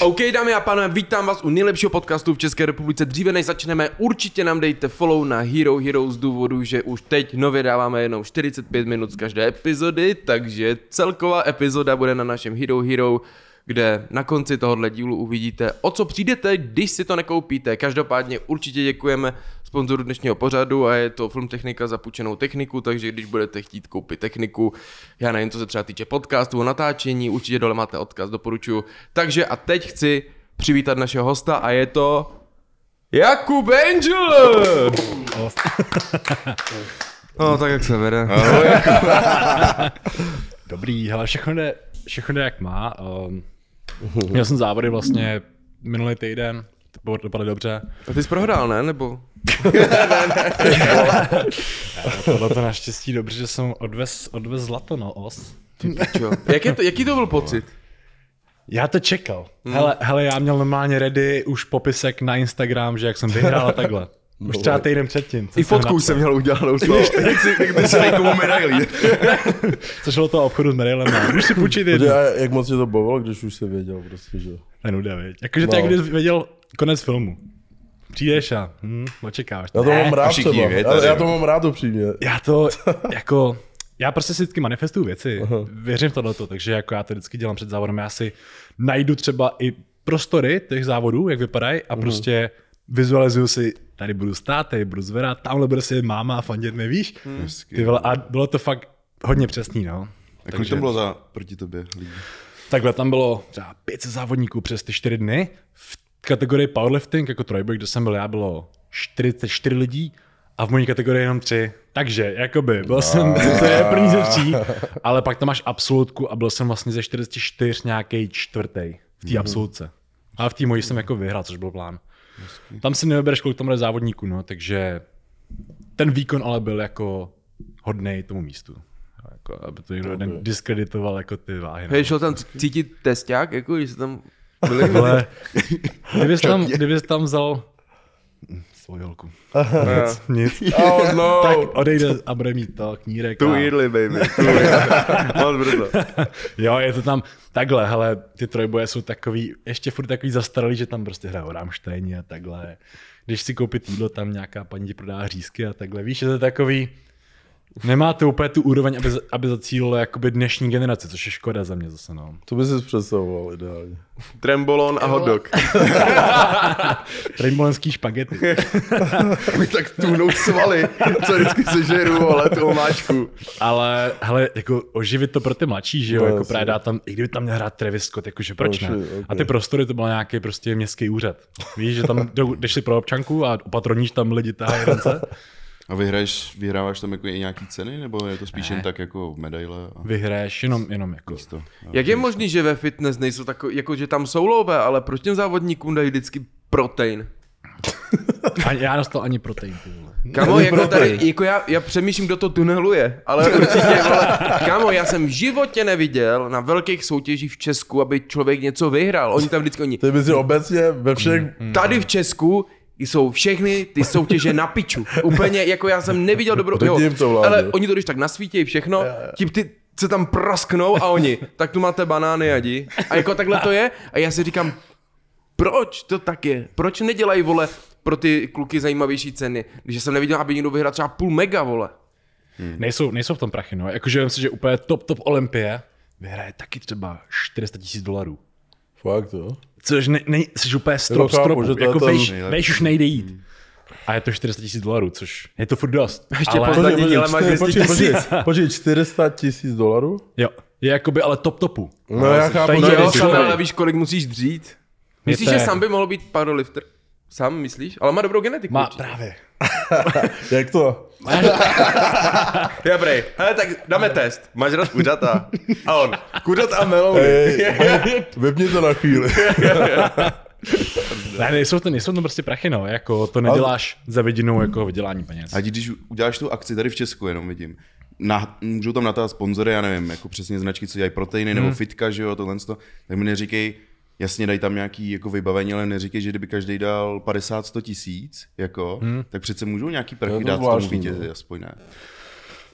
OK, dámy a pánové, vítám vás u nejlepšího podcastu v České republice. Dříve než začneme, určitě nám dejte follow na Hero Hero z důvodu, že už teď nově dáváme jenom 45 minut z každé epizody, takže celková epizoda bude na našem Hero Hero, kde na konci tohohle dílu uvidíte, o co přijdete, když si to nekoupíte. Každopádně určitě děkujeme sponzoru dnešního pořadu a je to Filmtechnika za půjčenou techniku, takže když budete chtít koupit techniku, já nevím, co se třeba týče podcastu o natáčení, určitě dole máte odkaz, doporučuju. Takže a teď chci přivítat našeho hosta a je to Jakub Angel! No, tak jak se vede. Dobrý, hele, všechno jde jak má. Měl jsem závody vlastně minulý týden, to dopadlo dobře. A ty jsi prohrál, ne? Nebo? Tohle to naštěstí dobře, že jsem odvez zlato, no, os. Jaký to byl pocit? Já to čekal. Hele, já měl normálně ready už popisek na Instagram, že jak jsem vyhrál a takhle. Už třeba týden předtím. I fotku jsem měl udělanou. Jak bys fejkovou medailí. Co šlo toho obchodu s medailemi. Už si půjčit jednu. Jak moc tě to bavilo, když už jsi věděl prostě, že... Nenuda, viď. Jakože to jak když věděl konec filmu. Přijdeš a očekáváš. Já to mám rád třeba. Já to mám rád upřímně. Já prostě si vždycky manifestuju věci. Věřím v tohleto, takže jako já to vždycky dělám před závodem. Já si najdu třeba i prostory těch závodů, jak vypadají a prostě vizualizuju si, tady budu stát, tady budu zvedat, tamhle bude si máma a fandit mi, víš? Ty vole, a bylo to fakt hodně přesný, no. A kolik to bylo proti tobě lidí? Takhle tam bylo třeba 500 závodníků přes ty 4 dny. V kategorii powerlifting, jako trojboj, kde jsem byl já, bylo 44 lidí a v mojí kategorii jenom 3. Takže, jakoby, byl jsem, to je první ze 3, ale pak tam máš absolutku a byl jsem vlastně ze 44 nějaký čtvrtý v té absolutce. Ale v té mojí jsem jako vyhrál, což byl plán. Tam si nevybereš, kolik tam bude závodníků, no, takže ten výkon ale byl jako hodnej tomu místu. Jako, aby to někdo diskreditoval jako ty váhy. Hej, šel tam cítit testák, jako když se tam byli? Ale kdybys tam vzal svoji holku. Nic. Oh no. Tak odejde a bude mít to knírek. Tu jídli, baby. Moc brzo. Jo, je to tam takhle, hele, ty trojboje jsou takový, ještě furt takový zastaralý, že tam prostě hrajou Rammsteini a takhle. Když si koupit jídlo, tam nějaká paní ti prodá hřízky a takhle. Víš, je to takový, nemá to úplně tu úroveň, aby zacílilo jakoby dnešní generaci, což je škoda za mě zase, no. Co bys si představoval ideálně? Trembolon a hot dog. Trembolenský špagety. Mi tak tuhnou svaly, co vždycky sežeru, ale tu omáčku. Ale hele, jako oživit to pro ty mladší, že jo, jako právě dát tam, i kdyby tam měl hrát Travis Scott, jakože proč ne? Okay. A ty prostory to byl nějaký prostě městský úřad. Víš, že tam jdeš si pro občanku a opatroníš tam lidi tahají rance. A vyhráváš tam jako i nějaký ceny, nebo je to spíš jen tak jako medaile? Vyhraješ jenom jako. Místo. Jak je možný, že ve fitness nejsou takový, jako že tam jsou lové, ale proč těm závodníkům dají vždycky protein? Já dostal ani protein. Kámo, jako tady, jako já přemýšlím, kdo to tuneluje, ale určitě, vole, kámo, já jsem v životě neviděl na velkých soutěžích v Česku, aby člověk něco vyhrál. Oni tam vždycky Ty bys obecně ve všech... Tady v Česku jsou všechny ty soutěže na piču. Úplně, jako já jsem neviděl dobrou... Ale oni to když tak nasvítějí všechno, tím ty se tam prasknou a oni, tak tu máte banány, jadi. A jako takhle to je. A já si říkám, proč to tak je? Proč nedělají, vole, pro ty kluky zajímavější ceny? Když jsem neviděl, aby někdo vyhrál třeba 0,5 mega, vole. Nejsou v tom prachy, no. Jakože vím si, že úplně top olympie vyhraje taky třeba $400,000. Fakt, jo? Což jsi úplně strop, jako vejš už nejde jít. A je to $400,000, což je to furt dost. Ještě pozdanění, ale máš 200 000. Počkej, $400,000? Jo, je jakoby ale topu. No já chápu. No jo, ale víš, kolik musíš dřít? Myslíš, že sám by mohl být powerlifter? Sám myslíš? Ale má dobrou genetiku. Má právě. Jak to? Dobrý, hele, tak dáme test. Máš rád kuřata? A on, kuřata a melouny. Vypni to na chvíli. Ne, nejsou to prostě prachy, no, jako to neděláš za vidinou jako vydělání peněz. A když uděláš tu akci tady v Česku, jenom vidím, můžou tam natát sponzory, já nevím, jako přesně značky, co dělají proteiny nebo fitka, že jo, tohle, tak mi neříkej, jasně dají tam nějaký jako vybavení, ale neříkej, že kdyby každý dal 50-100 tisíc, jako, tak přece můžou nějaký prachy dát tomu vítězi, aspoň ne.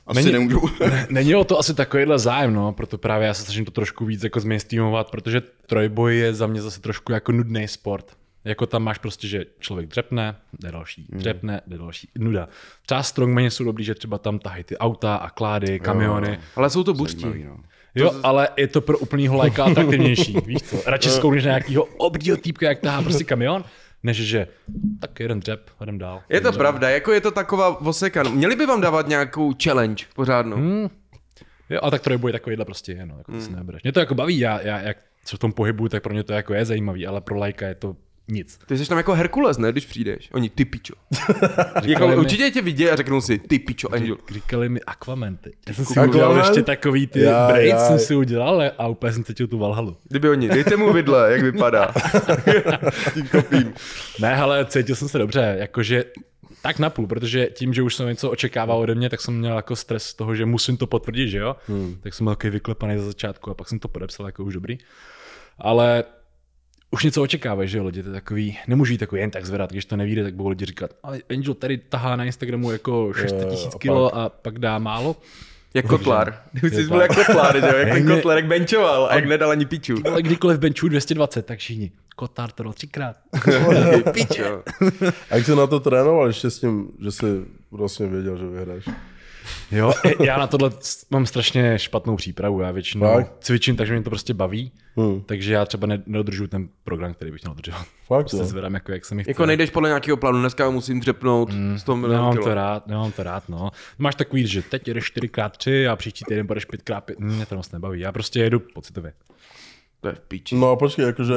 Asi nemůžu. Není o to asi takovýhle zájem, no, proto právě já se snažím to trošku víc jako zmainstreamovat, protože trojboj je za mě zase trošku jako nudný sport. Jako tam máš prostě, že člověk dřepne, jde další, dřepne, jde další, nuda. Třeba strongmani jsou dobrý, že třeba tam tahají ty auta a klády, kamiony. Ale jsou to buřti. Jo, ale je to pro úplnýho lajka atraktivnější, víš co? Radši zkoumíš na nějakýho obřího týpka, jak tahá prostě kamion, než že tak jeden dřep, jdem dál. Je to pravda, jako je to taková oseka. Měli by vám dávat nějakou challenge pořádnou. Jo, a tak trojboj takovýhle prostě je, no, jako to si nebereš. Mě to jako baví, já jak co v tom pohybu, tak pro mě to jako je zajímavý, ale pro lajka je to nic. Ty jsi tam jako Herkules, ne, když přijdeš? Oni, ty pičo. Jako, určitě tě vidějí a řeknou si, ty pičo, Angel. Říkali mi Aquaman teď. Já jsem si udělal ještě takový ty braids, jsem si udělal a úplně jsem cítil tu Valhalu. Kdyby oni, dejte mu vidle, jak vypadá. Tím kopím. Ne, ale cítil jsem se dobře, jakože tak napůl, protože tím, že už jsem něco očekával ode mě, tak jsem měl jako stres z toho, že musím to potvrdit, že jo? Tak jsem byl takový vyklepaný za začátku a pak jsem to podepsal jako už dobrý. Ale už něco očekávají, že jo, lidi, to je takový, nemůžu jít takový jen tak zvedat, když to nevíde, tak budou lidi říkat, ale Angel tady tahá na Instagramu jako 600 000 kilo a pak dá málo. Jak Kotlar. Kdyby jsi byl jak Kotlar, že jo, jak ten Kotlar, jak benčoval a jak nedal ani piču. Ale kdykoliv benču 220, tak všichni. Kotlar to dal 3krát. Pičo. A jak jsi na to trénoval ještě s tím, že jsi vlastně věděl, že vyhráš? Jo, já na tohle mám strašně špatnou přípravu, já většinou cvičím, takže mě to prostě baví, takže já třeba nedodržuju ten program, který bych měl dodržovat. Fakt, prostě zvedám jak se mi chce. Jako nejdeš podle nějakého plánu, dneska musím dřepnout 100 milionů kilo. Nemám to rád, no. Máš takový, že teď jedeš 4x3 a příští týden budeš 5x5, mě to moc nebaví, já prostě jedu pocitově. To je v piči. No a počkej, jakože,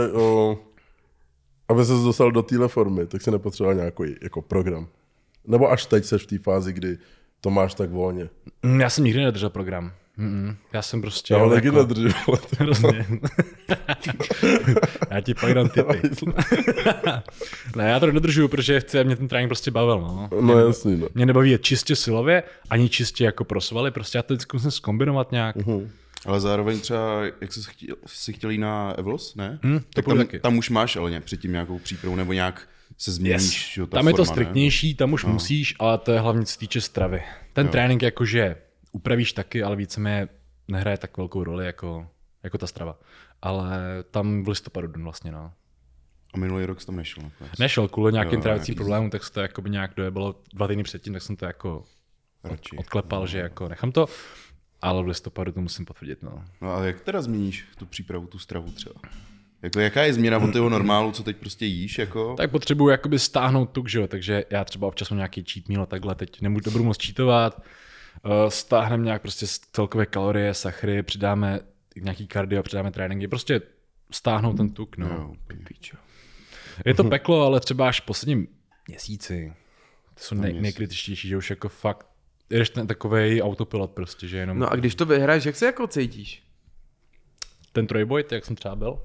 aby ses dostal do téhle formy, tak si nepotřeboval nějaký jako program. Nebo až teď seš v té fázi, kdy to máš tak volně. Já jsem nikdy nedržel program. Já jsem prostě... Já ho taky nedržel. Hrozně. Já ti pak dám tipy. Ne, já to nedržuju, protože chci, aby mě ten trénink prostě bavil. No jasný, no. Mě nebaví je čistě silově, ani čistě jako pro svaly, prostě já to vždycky musím zkombinovat nějak. Ale zároveň třeba, jak jsi chtěl jít na Evlos, ne? Tak tam už máš ale předtím nějakou přípravu, nebo nějak se změníš. Yes. Tam je to striktnější, tam už musíš, ale to je hlavně co týče stravy. Ten trénink jakože upravíš taky, ale víceméně nehraje tak velkou roli jako ta strava. Ale tam v listopadu jdu vlastně, no. A minulý rok jsi tam nešel nakonec? Nešel, kvůli nějakým trávicím problémům, tak se to jakoby nějak dojebalo 2 týdny předtím, tak jsem to jako odklepal, že jako nechám to. Ale v listopadu to musím potvrdit, no. No a jak teda změníš tu přípravu, tu stravu třeba? Jako jaká je změna od toho normálu, co teď prostě jíš, jako? Tak potřebuji jakoby stáhnout tuk, že jo, takže já třeba občas mám nějaký cheat meal a takhle, teď nebudu moc cheatovat, stáhneme nějak prostě celkové kalorie, sachary, přidáme nějaký kardio, přidáme tréninky, prostě stáhnout ten tuk, no. Jo, Je to peklo, ale třeba až v posledním měsíci, to jsou nejkritičtější, že už jako fakt jdeš ten takovej autopilot prostě, že jenom... No a když to vyhráš, jak se jako cítíš? Ten trojboj, jak jsem třeba byl.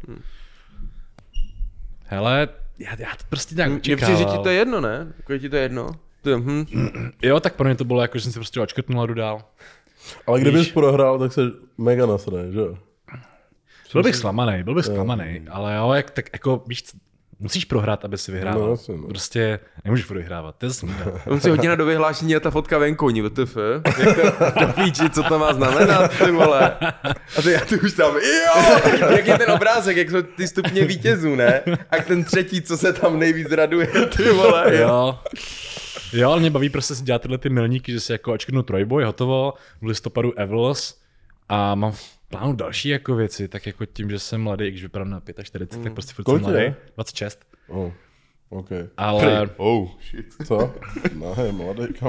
Hele, já to prostě nějak očekával. Mně přijde, že ti to je jedno, ne? Jako ti to je jedno? Jo, tak pro mě to bylo jako, že jsem si prostě odškrtnul a jdu dál. Ale kdybys prohrál, tak se mega nasraný, že jo? Byl bych zklamaný, ale jo, tak jako víš, musíš prohrát, aby si vyhrával. No, jasně, no. Prostě nemůžeš prohrávat, to je smutné. On si hodně na do vyhlášení a ta fotka venkoní, WTF? Do píči, co to má znamenat, ty vole? A ty, já tu už tam, jo! Jak je ten obrázek, jak jsou ty stupně vítězů, ne? A ten třetí, co se tam nejvíc raduje, ty vole. Jo, ale mě baví prostě si dělat tyhle ty milníky, že si jako očkrtnu trojboj, hotovo, v listopadu Evlos a mám v plánu další jako věci, tak jako tím, že jsem mladý, když vypadám na 45, tak prostě furt jsem mladý, 26. OK. Ale... shit. Co? No, je mladý, kamo.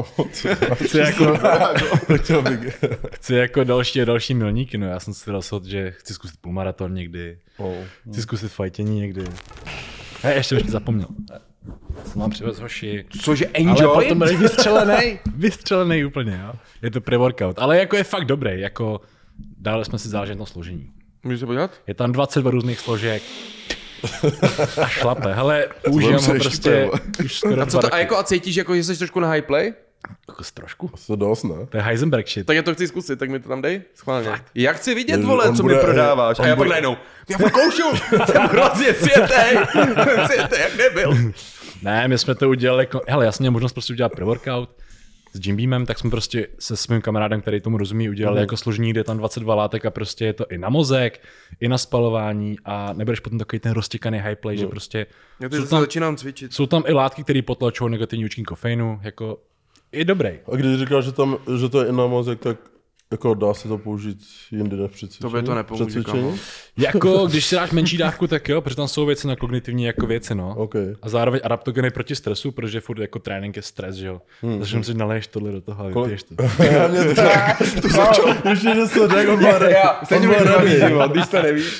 Chci jako další milníky, no já jsem si rozhodl, že chci zkusit půlmaraton někdy, chci zkusit fajtění někdy. Ještě bych zapomněl. Jsem vám přivez hoši. Cože, Enjoy? Ale potom byl vystřelený úplně, jo. Je to pre-workout, ale jako je fakt dobrý, jako dále jsme si záležet na složení. Můžeš se podívat? Je tam 22 různých složek. A šlape, hele, užijeme ho prostě už skoro a co to, a jako a cítíš, jako, že jsi trošku na high play? Jako trošku. To dost, ne? To je Heisenberg shit. Tak já to chci zkusit, tak mi to tam dej, schválně. Já chci vidět, vole, co mi prodáváš. A já pak najednou, já furt koušu, jsem hrozně světej, jak nebyl. Ne, my jsme to udělali jako, hele, já jsem měl možnost prostě udělat pre-workout, Jim Beamem, tak jsme prostě se svým kamarádem, který tomu rozumí, udělali jako složení, kde je tam 22 látek a prostě je to i na mozek, i na spalování a nebudeš potom takový ten roztěkaný high play, že prostě Já teď začínám cvičit. jsou tam i látky, které potlačují negativní účinky kofeinu, jako je dobrý. A když říkáš, že to je i na mozek, tak jako dá se to použít jindy než při cvičení? Tobě to nepomůže, kamo. Jako, když si dáš menší dávku, tak jo, protože tam jsou věci na kognitivní jako věci, no. Okay. A zároveň adaptogeny proti stresu, protože furt jako trénink je stres, že jo. Takže si naleješ tohle do toho a vypiješ to. Já mě to začal. Ještě, že se řekl, on byl ready. Když to nevíš.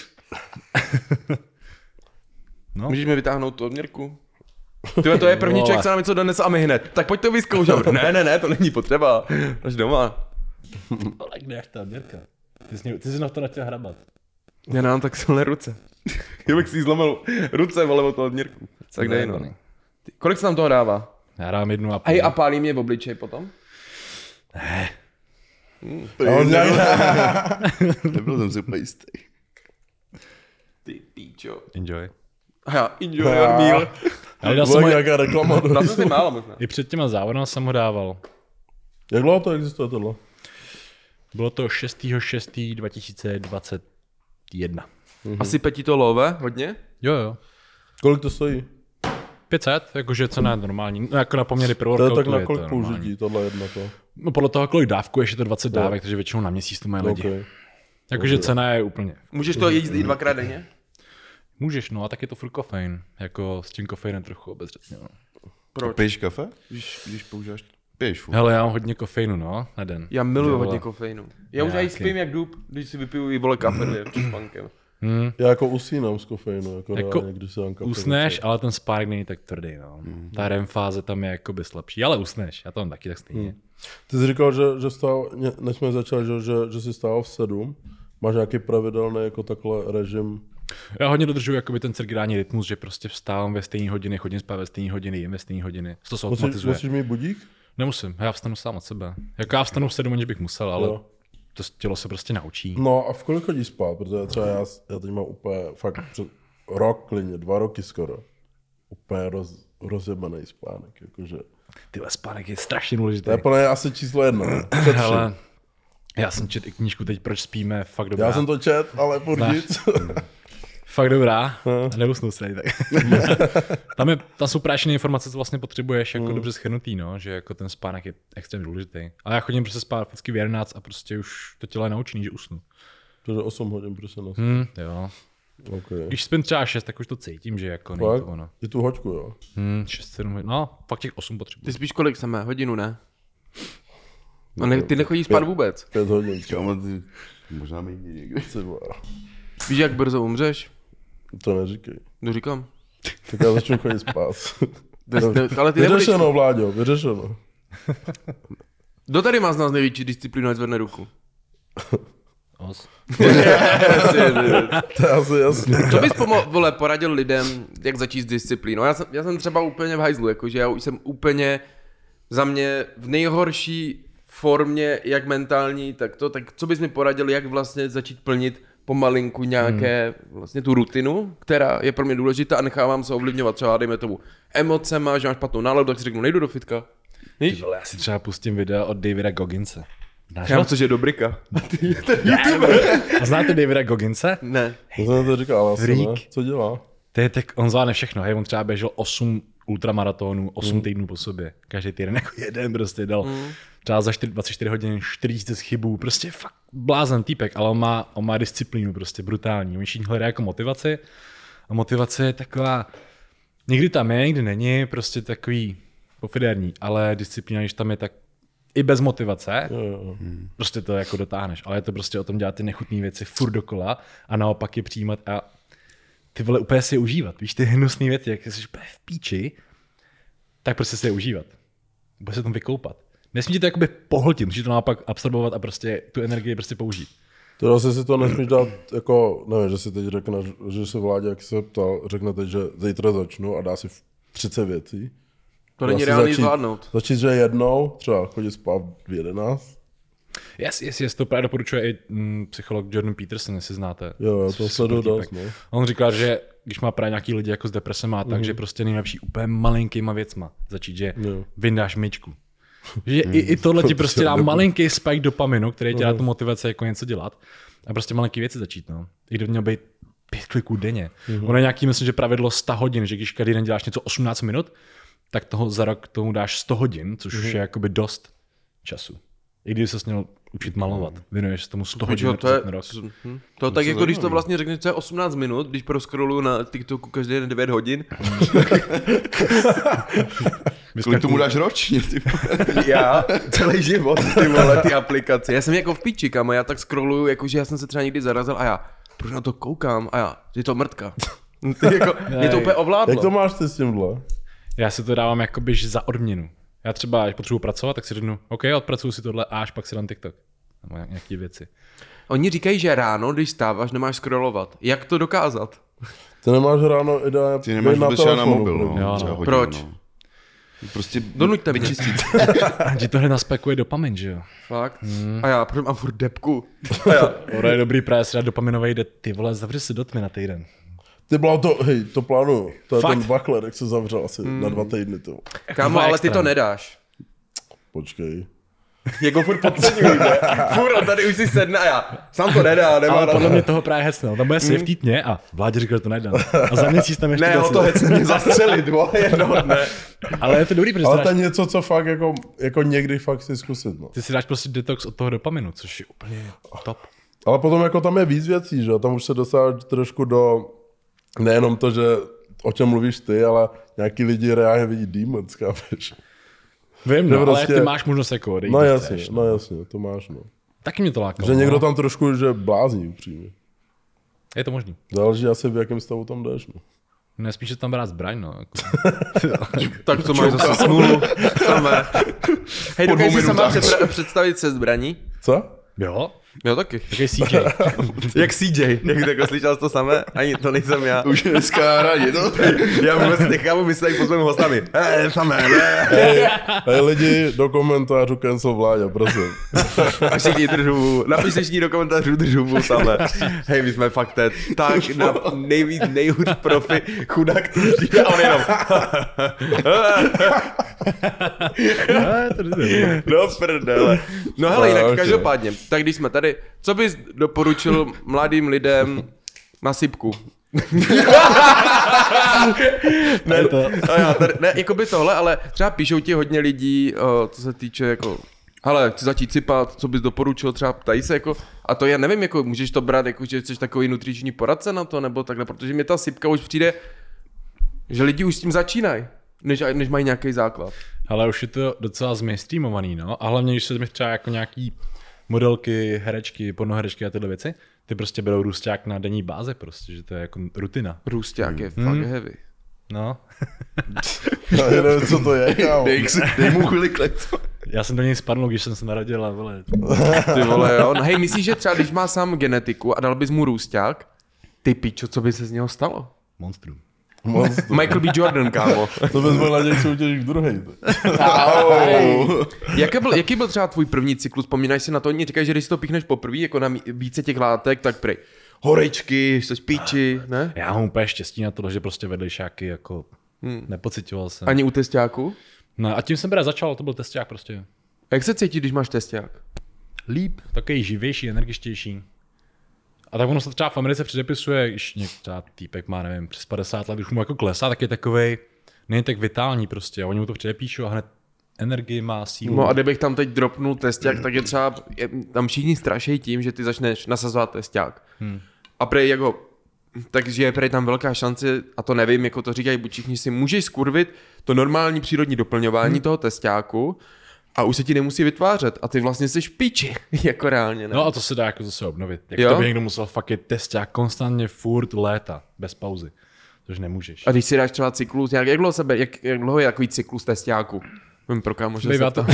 No. Můžeš mi vytáhnout tu odměrku? Tyhle, to je první člověk, co nám něco donesl a my hned. Tak pojď to vyzkoušet. Ne, to není potřeba. Až doma. Ale kde až ta odměrka? Ty jsi na to nechtěl hrabat. Já nám tak silné ruce. Já bych si zlomil ruce, vole, o to odměrku. Tak dej, no. Kolik se tam toho dává? Já dám 1,5. Hej, a pálí mě v obličej potom? Nebyl jsem si úplně jistý. Ty píčo. Enjoy. A já, enjoy your meal. Ale dal jsem Byla ho, nějaká reklama. Dal jsem si málo možná. i před těma závodama jsem ho dával. Jak dlouho to existuje tohle? Bylo to 6.6.2021. Asi petí to love, hodně? Jo. Kolik to stojí? 500, jakože cena je normální. No, jako na poměry pro To je workoutu tak na kolik to normální. použití, tohle jedno to? No podle toho, kolik dávkuješ, je to 20 dávek, takže většinou na měsíc to mají lidi. Okay. Jakože cena je úplně. Můžeš to jíst i 2krát denně? Můžeš, no a tak je to furt kofein. Jako s tím kofeinem trochu obezřetně. No. Proč? Piješ kafe? Když používáš? Piješ furt. Hele, já mám hodně kofeinu, no, na den. Já miluju Ty vole. hodně kofeinu. Já už Nějaký. aj spím jak dub, když si vypiju i vole kafe 2 před spankem. Já jako usínám z kofeinu, jako Jako když se dám kafe. Usneš, ale ten spárek není tak tvrdý, no. Ta REM fáze tam je jakoby slabší, ale usneš, já to mám taky tak stejně. Ty jsi říkal, že než jsme začali, že jsi stával v 7. Máš nějaký pravidelný jako takhle režim? Já hodně dodržuji jakoby ten cirkadiální rytmus, že prostě vstávám ve stejné hodiny, chodím spát ve stejné hodiny, jim ve stejné hodiny. To se automatizuje. Musíš mít budík? Nemusím, já vstanu sám od sebe. Jako já vstanu v 7, aniž bych musel, ale Jo. to tělo se prostě naučí. No a v kolik chodíš spát? Protože třeba já teď mám úplně fakt před rok klidně, 2 roky skoro. Úplně rozjebaný spánek, jakože. Tyhle spánek je strašně důležitý. To je plně asi číslo 1. Před Ale já jsem četl i knížku teď, proč spíme, fakt dobrá. Já jsem to čet, ale furt nic. Fakt dobrá. A neusnul se ani tak. tam jsou prášené informace, co vlastně potřebuješ jako dobře schrnutý, no, že jako ten spánek je extrémně důležitý. Ale já chodím prostě spát vždycky v 11 a prostě už to tělo je naučený, že usnu. Takže 8 hodin prostě nos. Jo. Okay. Když spím třeba 6, tak už to cítím, že jako není to Fakt? ono. I tu hoďku, jo? 6, 7 hodin, no, fakt těch 8 Ty potřebuji. spíš kolik samé? Hodinu, ne? A ne, ty nechodíš spát vůbec. 5 hodin. Kámo, ty možná méně někdy. Ty vole. Víš, jak brzo umřeš? To neříkej. No říkám. Tak já začnu chodit spát. Ale ty nebudeš... Vyřešeno, Vláďo, vyřešeno. Kdo tady má z nás největší disciplínu, ať zvedne ruku? Os. To je asi jasný. Co bys poradil lidem, jak začít s disciplínou? Já jsem třeba úplně v hajzlu, jakože já už jsem úplně za mě v nejhorší formě, jak mentální, tak co bys mi poradil, jak vlastně začít plnit pomalinku nějaké vlastně tu rutinu, která je pro mě důležitá a nechávám se ovlivňovat třeba, dejme tomu, emocema, že mám špatnou náladu, tak si řeknu, nejdu do fitka. Ty vole, já si třeba pustím video od Davida Gogginse. Znáš Já ho? což je dobrika. A znáte Davida Gogginse? Ne. To jsem to říkal, ale asi ne. Freak. Co dělá? To je tak, on zvládne všechno, hej, on třeba běžel 8 ultramaratonů, 8 týdnů po sobě. Každý týden jako jeden prostě dal. Třeba za 24 hodin 4000 chybů, prostě fakt blázen týpek, ale on má disciplínu prostě brutální. On všichni hledá jako motivaci a motivace je taková, někdy tam je, někdy není, prostě takový pofidérní, ale disciplína, když tam je, tak i bez motivace, prostě to jako dotáhneš, ale je to prostě o tom dělat ty nechutné věci furt dokola a naopak je přijímat a ty vole úplně si je užívat, víš, ty hnusné věci, jak jsi úplně v píči, tak prostě si je užívat. Bude se tam vykoupat. Nesmí to jakoby pohltit, musíš to naopak absorbovat a prostě tu energii prostě použít. To asi si to nesmíš dát, jako, nevím, že si teď řekne, že se Vládě, jak se ptal, řekne teď, že zítra začnu a dá si 30 věcí. To není Asi reálný zvládnout. Začít, že jednou, třeba chodit spát v 11. Yes, to právě doporučuje i psycholog Jordan Peterson, jestli znáte. Jo, to sleduju dost, no. On říkal, že když má právě nějaký lidi jako s depresem a tak, že prostě nejlepší úplně malinkýma věcma začít, že vyndáš myčku. Že i tohle ti prostě dá malinký spike dopaminu, který tě dá tu motivaci jako něco dělat. A prostě malinký věci začít, no. I kdyby měl být 5 kliků denně. Ono je nějaký, myslím, že pravidlo 100 hodin, že když každý den děláš něco 18 minut, tak toho za rok tomu dáš 100 hodin, což už je jakoby dost času. I když ses měl učit malovat, věnuješ tomu 100 hodin na rok. To tak jako když to vlastně řekneš, co je 18 minut, když proskroluju na TikToku každý den 9 hodin. Kolik tomu dáš ročně? Já celý život, ty vole, ty aplikace. Já jsem jako v píči, kamo, já tak scrolluju, jakože já jsem se třeba někdy zarazil a já, proč na to koukám a já, je to mrtka. Jako, mě to úplně ovládlo. Jak to máš ty s tímhle? Já si to dávám jakoby za odměnu. Já třeba, když potřebuji pracovat, tak si řeknu, OK, odpracuju si tohle a až pak si dám TikTok. Nebo nějaké věci. Oni říkají, že ráno, když stáváš, nemáš scrollovat. Jak to dokázat? Ty nemáš ráno ideálně Ty nemáš vůbec na mobil, no. Jo, Třeba no. hodinu, Proč? No. Prostě Donuďte mě. vyčistit. Ti to hned naspekuje dopamin, že jo? Fakt? A já, protože mám furt depku. A já, Ono je dobrý právě si dát dopaminový jde, ty vole, zavři si do tmy na týden. Ty bylo to, hej, to plánuju. To je Fakt? ten Buckler, jak se zavřel asi na 2 týdny. To. kámo, ale ty to nedáš. Počkej. Jako furt podceňuj, že? Furt, on tady už si sedne a já. Sám to nedá, nemá Ale na podle to. mě toho právě hecnul. Tam bude si v týdně a vládě říkal, že to nedá. A za měsíc tam ještě Ne, o to hecne mě zastřelit, vole, jednoho dne. Ale je to dobrý, protože Ale dáš, to je něco, co fakt jako někdy fakt si zkusit. No. ty si dáš prostě detox od toho dopaminu, což je úplně top. Ale potom jako tam je víc věcí, že? Tam už se dostáváš trošku do nejenom to, že o čem mluvíš ty, ale nějaký lidi reálně vidí demons, chápeš? Vím, no, ale prostě- ty máš možnost jako odejít. No když jasně, chceš, no jasně, to máš, no. Taky mě to lákalo. Že někdo no. tam trošku, že blázní upřímně. Je to možný. Záleží asi, v jakém stavu tam jdeš, no. Nespíš, že tam brát zbraň, no. Jako. Tak to máš zase smůlu. Samé. Hej, dokážeš si sama minutách. představit se zbraní? Co? Jo? Jo, taky. Takový CJ. Jak CJ, jak takhle slyšel jsi to samé? Ani to nejsem já. Už dneska radí, no. Já vůbec nechápu, myslej po svým hostami. Samé, ne. Hej lidi, do komentářů cancel Vláďa, prosím. A všichni držu, napište všichni do komentářů, držu samé. Hej, my jsme fakt tak na nejvíc, nejhůř profi, chudák tu přijde a on jenom. No prdele. No hele, jinak Okay. každopádně, tak když jsme tady, co bys doporučil mladým lidem na sypku? Ne, ne, jako by tohle, ale třeba píšou ti hodně lidí, co se týče jako, hele, chci začít sypat, co bys doporučil, třeba ptají se jako, a to já nevím, jako můžeš to brát, jako že jsi takový nutriční poradce na to, nebo takhle, protože mě ta sypka už přijde, že lidi už s tím začínají, než mají nějaký základ. Ale už je to docela zmainstreamovaný, no. A hlavně, když se mi třeba jako nějaký modelky, herečky, pornoherečky a tyhle věci, ty prostě berou růsťák na denní báze prostě, že to je jako rutina. Růsťák je fakt heavy. No. Já nevím, co to je, kámo. Dej mu chvíli klid. Já jsem do něj spadnul, když jsem se narodil a vole. Ty vole, jo. No, hej, myslíš, že třeba když má sám genetiku a dal bys mu růsťák, ty pičo, co by se z něho stalo? Monstrum. Michael B. Jordan, kámo. To bys byl naděj soutěž v druhej. Jaký byl třeba tvůj první cyklus? Vzpomínáš si na to? Oni říkají, že když si to píchneš poprvé, jako na více těch látek, tak prej horečky, jsi píči, ne? Já mám úplně štěstí na to, že prostě vedlejšáky jako nepocitoval jsem. Ani u testáku? No a tím jsem právě začal, to byl testák prostě. A jak se cítíš, když máš testák? Líp, takový živější, energičtější. A tak ono se třeba v Americe předepisuje, když třeba týpek má, nevím, přes 50 let, když mu jako klesá, tak je takovej, není tak vitální prostě. A oni mu to předepíšou a hned energii má, sílu. No a kdybych tam teď dropnul testák, tak je třeba, tam všichni strašejí tím, že ty začneš nasazovat testák. A prej jako, takže je prej tam velká šance, a to nevím, jako to říkají, buď všichni si můžeš skurvit to normální přírodní doplňování toho testáku a už se ti nemusí vytvářet a ty vlastně jsi v píči, jako reálně, ne? No a to se dá jako zase obnovit. Jak Jo? to by někdo musel fakt je testák konstantně furt léta, bez pauzy. Což nemůžeš. A když si dáš třeba cyklus, jak dlouho je takový cyklus testáku? Vím pro kámoše Bývá se to.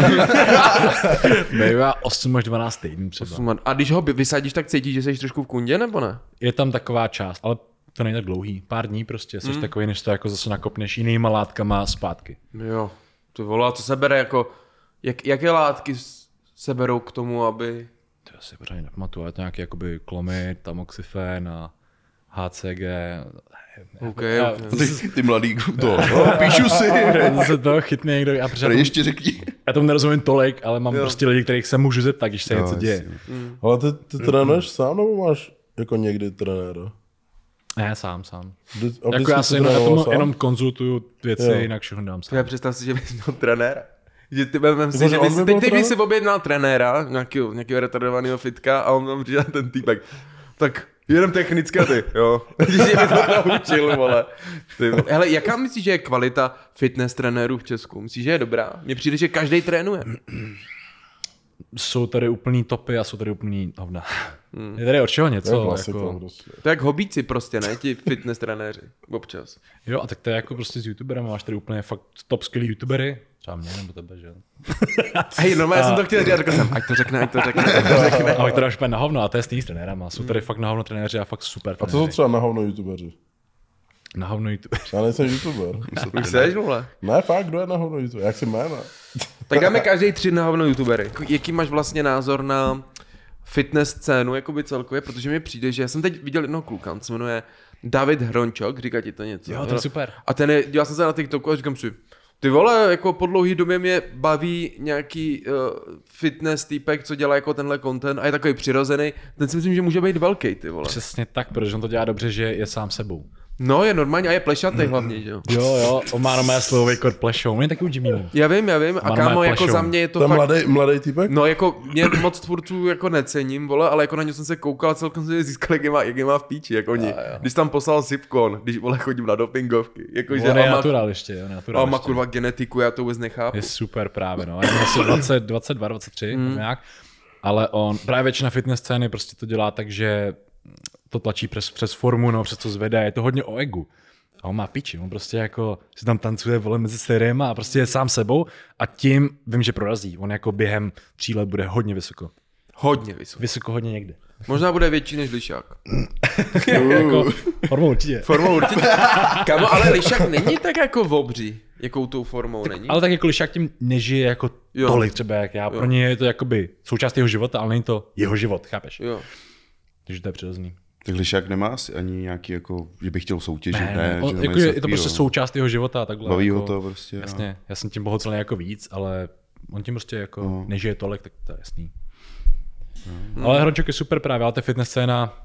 Bývá 8 až 12 týdnů třeba. A když ho vysadíš, tak cítíš, že jsi trošku v kundě, nebo ne? Je tam taková část, ale to není tak dlouhý. Pár dní prostě, jsi takový, než to jako zase nakopneš jinýma látkama zpátky. Jo, to volá, co se bere jako, jaké látky se berou k tomu, aby... To si pořádně nepamatuju, ale to nějaký jakoby klomid, tamoxifen a HCG. Okay, Já- okay. Ty mladý, to, no, píšu si. se to chytne někdo. Tady ještě řekni. Já tomu nerozumím tolik, ale mám prostě lidi, kterých se můžu zeptat, když se něco děje. Ale ty trénuješ sám, nebo máš jako někdy trenéra? Ne, sám. A Jako já jsi si trénoval tomu sám? jenom konzultuju věci, Jo. jinak všechno dám sám. Já představ si, že bys měl trenéra. Že ty vem si, Jako, že že on bys, by teď byl ty bys trenér? si objednal trenéra, nějakého retardovaného fitka a on tam přijde ten týpek. Tak jenom technicky ty, jo. Že mi to naučil, vole. Hele, jaká myslíš, že je kvalita fitness trenérů v Česku? Myslíš, že je dobrá? Mně přijde, že každý trénuje. Jsou tady úplný topy a jsou tady úplný hovna. Je tady od čeho To je něco. klasika Jako... prostě. To je jak hobíci prostě, ne? Ti fitness trenéři. Občas. Jo, a tak to je jako prostě s youtuberem. Máš tady úplně fakt top skvělý youtubery. Třeba mě nebo tebe, že jo. Hej, normálně jsem to chtěl říct, řekl jsem, ať to řekne. A pak to dáš úplně na hovno a to je stejný s trenérama. Jsou tady fakt na hovno trenéři a fakt super A co jsou trenéři. třeba na hovno youtubeři? Na hovno youtubeři. Já nejsem youtuber. Už seš, vole. Ne, fakt, kdo je na hovno youtuber? Jak si jména? Tak dáme každý 3 na hovno youtubery. Jaký máš vlastně názor na fitness scénu, jakoby celkově, protože mi přijde, že já jsem teď viděl jednoho kluka, on se jmenuje David Hrončok, říká ti to něco? Jo, to je super. A ten je, díval jsem se na TikToku a říkám si, ty vole, jako po dlouhý době mě baví nějaký fitness týpek, co dělá jako tenhle content a je takový přirozený, ten si myslím, že může být velký, ty vole. Přesně tak, protože on to dělá dobře, že je sám sebou. No, je normálně a je plešatý hlavně, že jo. Jo, on má normálně slovový kód plešou. On je taky Jimmy. Já vím, a Má kámo, jako plešou. za mě je to To je fakt... mladý týpek? No jako mě moc tvůrců jako necením, vole, ale jako na ně jsem se koukal a celkem jsem získal, jak je má v píči, jak oni. Když tam poslal Sipkon, když vole chodím na dopingovky. Jako, že On je a má, natural ještě, jo, natural a má ještě. kurva genetiku, já to vůbec nechápu. Je super právě, no. Je asi 22, 23, nějak. Ale on, právě většina fitness scény prostě to dělá tak, že to tlačí přes formu, no, přes to zvedá, je to hodně o egu. A on má piči, on prostě jako si tam tancuje vole mezi sériema a prostě je sám sebou a tím vím, že prorazí. On jako během 3 let bude hodně vysoko. Hodně vysoko. Vysoko hodně někde. Možná bude větší než Lišák. Jako, formou určitě. Formou určitě. Kámo, ale Lišák není tak jako v obří, jakou tou formou není. Ale tak jako Lišák tím nežije jako Jo. tolik třeba jak já. Pro něj je to jakoby součást jeho života, ale není to jeho život, chápeš? Jo. Takže to je přirozený. Tak Lišák nemá asi ani nějaký, jako, že bych chtěl soutěžit, On, že jako něco je to prostě takovýho. součást jeho života a takhle. Baví jako, ho to prostě. Jasně, já jsem tím bohocelný jako víc, ale on tím prostě jako nežije tolik, tak to je jasný. Ale Hrončok je super právě, ale ta fitness scéna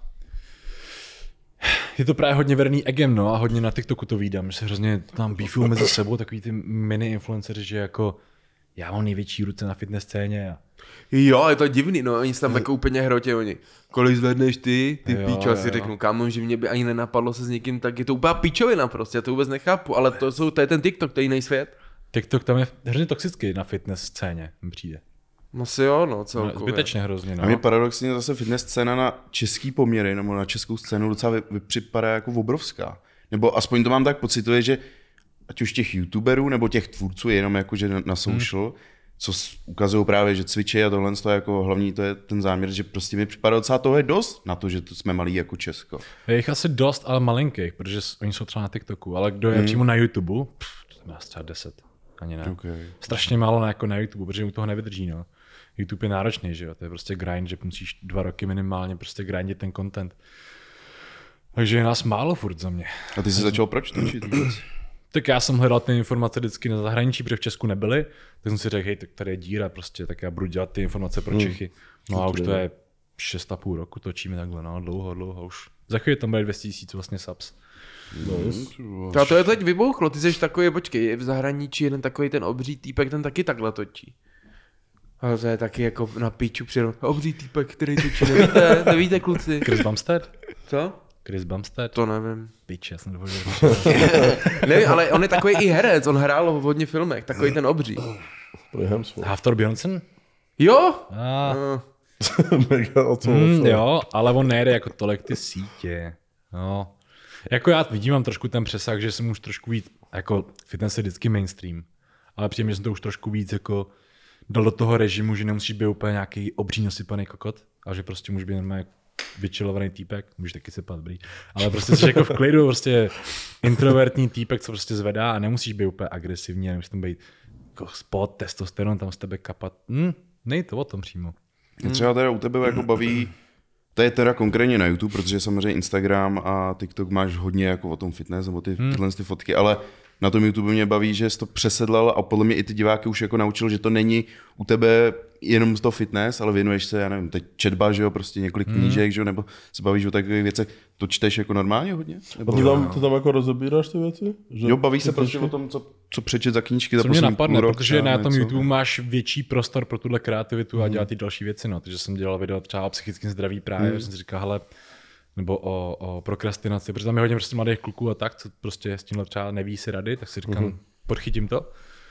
je to právě hodně verný egem, no, a hodně na TikToku to vídám, že se hrozně tam beefují mezi sebou, takový ty mini influenceři, že jako já mám největší ruce na fitness scéně a Jo, je to divný, no, oni se tam jako úplně hrotě, oni. Kolik zvedneš ty Jo, píčo, jo, si jo. řeknu, kámo, že mě by ani nenapadlo se s někým, tak je to úplně píčovina prostě, já to vůbec nechápu, ale to je ten TikTok, to je jiný svět. TikTok tam je hrozně toxický na fitness scéně, mi přijde. No si jo, no, No, celkově. zbytečně hrozně, no. A mě paradoxně zase fitness scéna na český poměry nebo na českou scénu docela připadá jako obrovská. Nebo aspoň to mám tak pocituje, že ať už těch youtuberů nebo těch tvůrců jenom jakože na social, co ukazují právě, že cvičí a tohle to jako hlavní to je ten záměr, že prostě mi připadá docela toho je dost na to, že to jsme malí jako Česko. Je jich asi dost, ale malinkých, protože oni jsou třeba na TikToku, ale kdo je přímo na YouTube, to má třeba 10, ani ne. Okay. Strašně málo jako na YouTube, protože u toho nevydrží, no. YouTube je náročný, že jo, to je prostě grind, že musíš 2 roky minimálně prostě grindit ten content. Takže je nás málo furt za mě. A ty jsi začal proč točit vůbec? Tak já jsem hledal ty informace vždycky na zahraničí, protože v Česku nebyly, tak jsem si řekl, hej, tak tady je díra prostě, tak já budu dělat ty informace pro Čechy. No a už to je 6,5 roku, točíme takhle, no, dlouho už. Za chvíli tam bude 200 000 vlastně subs. A to je teď vybouchlo, ty jsi takový, počkej, je v zahraničí jeden takový ten obří týpek, ten taky takhle točí. Ale to je taky jako na píču přirozený. Obří týpek, který točí, nevíte kluci. Chris Bumstead? Co? Chris Bumstead? To nevím. Pič, já jsem dovolil. Nevím, ale on je takový i herec, on hrál v hodně filmech, takový ten obří. Pro Hemsworth. Haftor Bjornsson? Jo? Mega o co Jo, ale on nejde jako tolik ty sítě. No. Jako já vidím, mám trošku ten přesah, že jsem už trošku víc, jako fitness je vždycky mainstream, ale přijím, že jsem to už trošku víc jako dal do toho režimu, že nemusíš být úplně nějaký obří nasypaný kokot, ale že prostě můžeš být normálně vyčilovaný týpek, můžeš taky sypat, dobrý, ale prostě jsi jako v klidu, prostě introvertní týpek, co prostě zvedá a nemusíš být úplně agresivní, a nemusíš tam být jako spot, testosteron tam z tebe kapat. Nej to o tom přímo. Mě třeba teda u tebe jako baví To je teda konkrétně na YouTube, protože samozřejmě Instagram a TikTok máš hodně jako o tom fitness nebo tyhle ty fotky, ale na tom YouTube mě baví, že jsi to přesedlal a podle mě i ty diváky už jako naučil, že to není u tebe jenom z toho fitness, ale věnuješ se, já nevím, teď četba, že jo, prostě několik knížek, že jo, nebo se bavíš o takových věcech. To čteš jako normálně hodně? A ty tam jako rozebíráš ty věci? Že Jo, bavíš se prostě o tom, co přečet za knížky za Co mě poslední napadne, půl rok, protože na tom něco. YouTube máš větší prostor pro tuhle kreativitu a dělat ty další věci, no. Takže jsem dělal video třeba o psychickém zdraví právě, jsem si říkal, hele, nebo o prokrastinaci, protože tam je hodně prostě mladých kluků a tak, co prostě s tímhle třeba neví si rady, tak si říkám, podchytím to.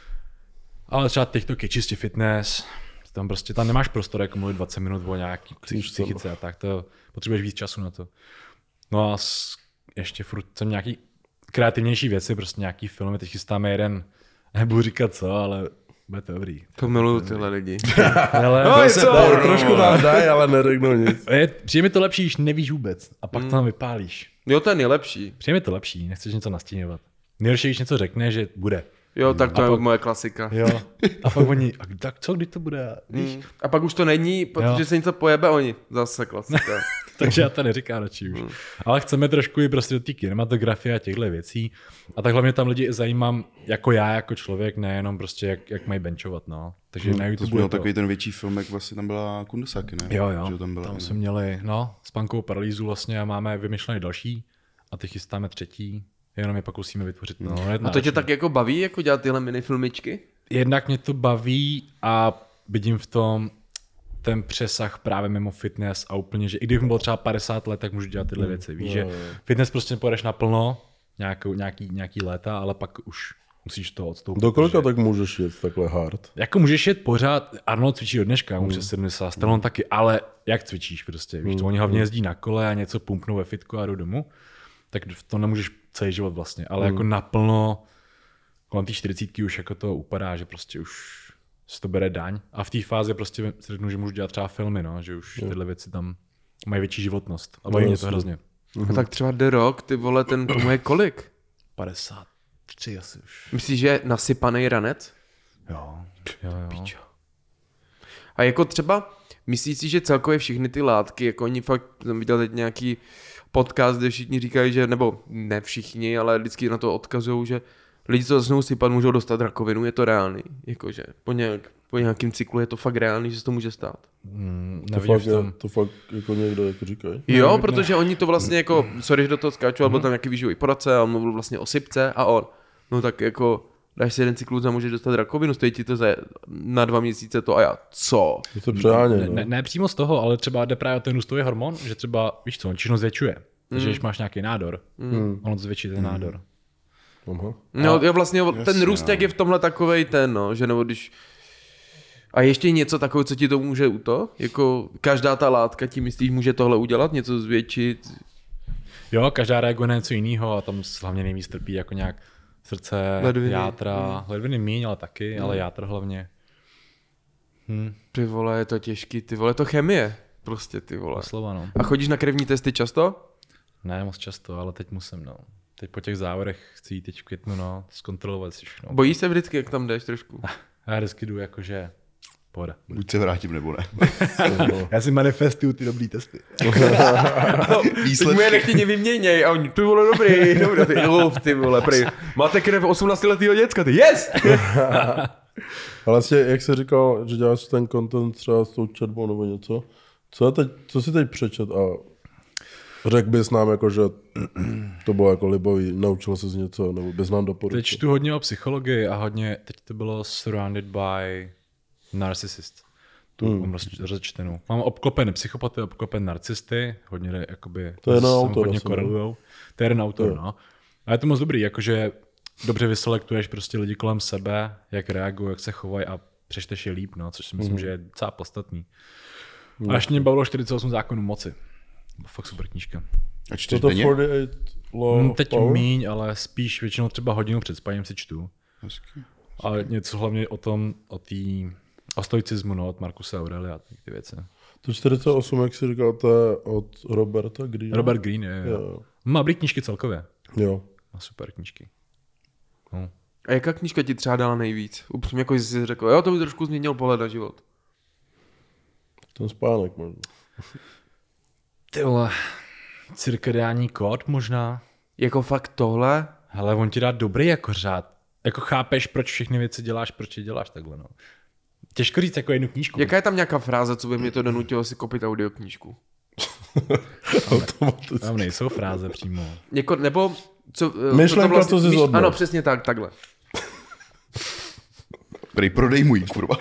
Ale třeba TikTok je čistě fitness, tam nemáš prostor jako mluvit 20 minut o nějaký psychice a tak, to potřebuješ víc času na to. No a ještě furt jsem nějaký kreativnější věci, prostě nějaký filmy, teď chystáme jeden, nebudu říkat co, ale bude to dobrý. To miluju tyhle lidi. Ale trošku nám daj, ale neřeknu nic. přijde mi to lepší, když nevíš vůbec a pak to tam vypálíš. Jo, to je nejlepší. Přijde mi to lepší, nechceš něco nastíňovat. Nejhorší, když něco řekne, že bude. Jo, tak to A je pak- moje klasika. Jo. A pak oni, tak co, kdy to bude? Víš? A pak už to není, protože se něco pojebe oni. Zase klasika. Takže já to neříkám radši už. Ale chceme trošku i prostě do té kinematografie a těchto věcí. A tak hlavně tam lidi zajímám jako já, jako člověk, nejenom prostě jak mají benchovat, no. Takže na To YouTube byl je to. takový ten větší film, jak vlastně tam byla Kundasaki, ne? Jo, Že tam byla, tam no. jsme měli, spánkovou paralýzu vlastně a máme vymyšlený další a teď chystáme třetí. Jenom je pak musíme vytvořit. No, A to tě tak jako baví, jako dělat tyhle minifilmičky? Jednak mě to baví a vidím v tom ten přesah právě mimo fitness a úplně, že i kdybych byl třeba 50 let, tak můžu dělat tyhle věci. Víš, že fitness prostě pojedeš naplno, nějaký léta, ale pak už musíš to odstoupit. Do kolika tak můžeš jet takhle hard? Jako můžeš jet pořád, Arnold cvičí od dneška, mu přes 70, Stallone taky, ale jak cvičíš prostě, víš, to oni hlavně jezdí na kole a něco pumpnou ve fitku a jdou domů, tak to nemůžeš celý život vlastně, ale jako naplno kolem té 40 už jako to upadá, že prostě už se to bere daň a v té fázi prostě si řeknu, že můžu dělat třeba filmy, no, že už tyhle věci tam mají větší životnost a baví mě to hrozně. A tak třeba The Rock, ty vole, ten tomu je kolik? 53 asi už. Myslíš, že je nasypaný ranec? Jo. A jako třeba, myslíš si, že celkově všechny ty látky, jako oni fakt, jsem viděl teď nějaký podcast, kde všichni říkají, že, nebo ne všichni, ale vždycky na to odkazují, že lidi, co začnou sypat, můžou dostat rakovinu, je to reálný, jakože po nějakým cyklu je to fakt reálný, že se to může stát. To fakt jako někdo jako říkají. Jo, protože oni to vlastně jako, sorry, že do toho skáču, ale byl tam nějaký výživový poradce a on mluvil vlastně o sypce a on, no tak jako dáš si jeden cyklus a můžeš dostat rakovinu, stojí ti to na 2 měsíce to a já, co? Je to přeháně, Ne přímo z toho, ale třeba jde právě o ten růstový hormon, že třeba, víš co, on čišnost zvětšuje. Takže když máš nějaký nádor, on zvětší ten nádor. No, jo, vlastně ten růstek je v tomhle takovej ten, no, že nebo když... A ještě něco takového, co ti to může Jako každá ta látka ti myslíš, může tohle udělat, něco zvětšit? Jo, každá reaguje na něco jiného a tam hlavně nejvíc trpí jako nějak srdce, Ledviny. játra, ledviny míň, ale taky, ale játra hlavně. Ty vole, je to těžký, ty vole, to chemie, prostě ty vole. Slova, no. A chodíš na krevní testy často? Ne moc často, ale teď musím, no. Teď po těch závodech chci jít teď v květnu, no, zkontrolovat si všechno. Bojíš se vždycky, jak tam jdeš trošku? Já vždycky jdu jakože pohoda. Buď se vrátím, nebo ne. Já si manifestuju ty dobrý testy. Teď mu je nechtěně vyměněj a oni, ty vole, dobrý, ty vole, prý. Máte krev 18letýho děcka, ty, yes! Ale vlastně, jak jsi říkal, že děláš ten content třeba s tou chatbou nebo něco, co jsi teď přečet a řekl bys nám, jako, že to bylo jako libový, naučil jsi něco, nebo bys nám doporučil? Teď čtu hodně o psychologii a hodně, teď to bylo surrounded by narcissist. Tu mám rozčtenou. Mám obklopen psychopaty, obklopen narcisty, hodně jakoby, to je jeden autor, hodně korelujou. To je jeden autor, no. A je to moc dobrý, jakože dobře vyselektuješ prostě lidi kolem sebe, jak reagují, jak se chovají a přečteš je líp, no, což si myslím, že je docela podstatný. A ještě mě bavilo 48 zákonů moci. Fakt super knížka. A čteš To denně? 48 Law of Teď Power? míň, ale spíš většinou třeba hodinu před spaním si čtu. Ale něco hlavně o stoicismu, no, od Marcuse Aurelia a ty věci. To 48, jak jsi říkal, to je od Roberta Greena? Robert Greene, jo. Má dobrý knížky celkově. Jo. Má super knížky. No. A jaká knížka ti třeba dala nejvíc? Upřímně, jako jsi řekl, jo, to by trošku změnil pohled na život. Ten spánek možná. Ty vole, cirkadiální kód možná. Jako fakt tohle? Ale on ti dá dobrý jako řád. Jako chápeš, proč všechny věci děláš, proč je děláš takhle, no. Těžko říct jako jednu knížku. Jaká je tam nějaká fráze, co by mě to donutilo si koupit audioknížku? Tam nejsou fráze přímo. Jako, nebo co, Myšlenka, co jsi zhodnul. Ano, přesně tak, takhle. Prej, prodej můj, kurva.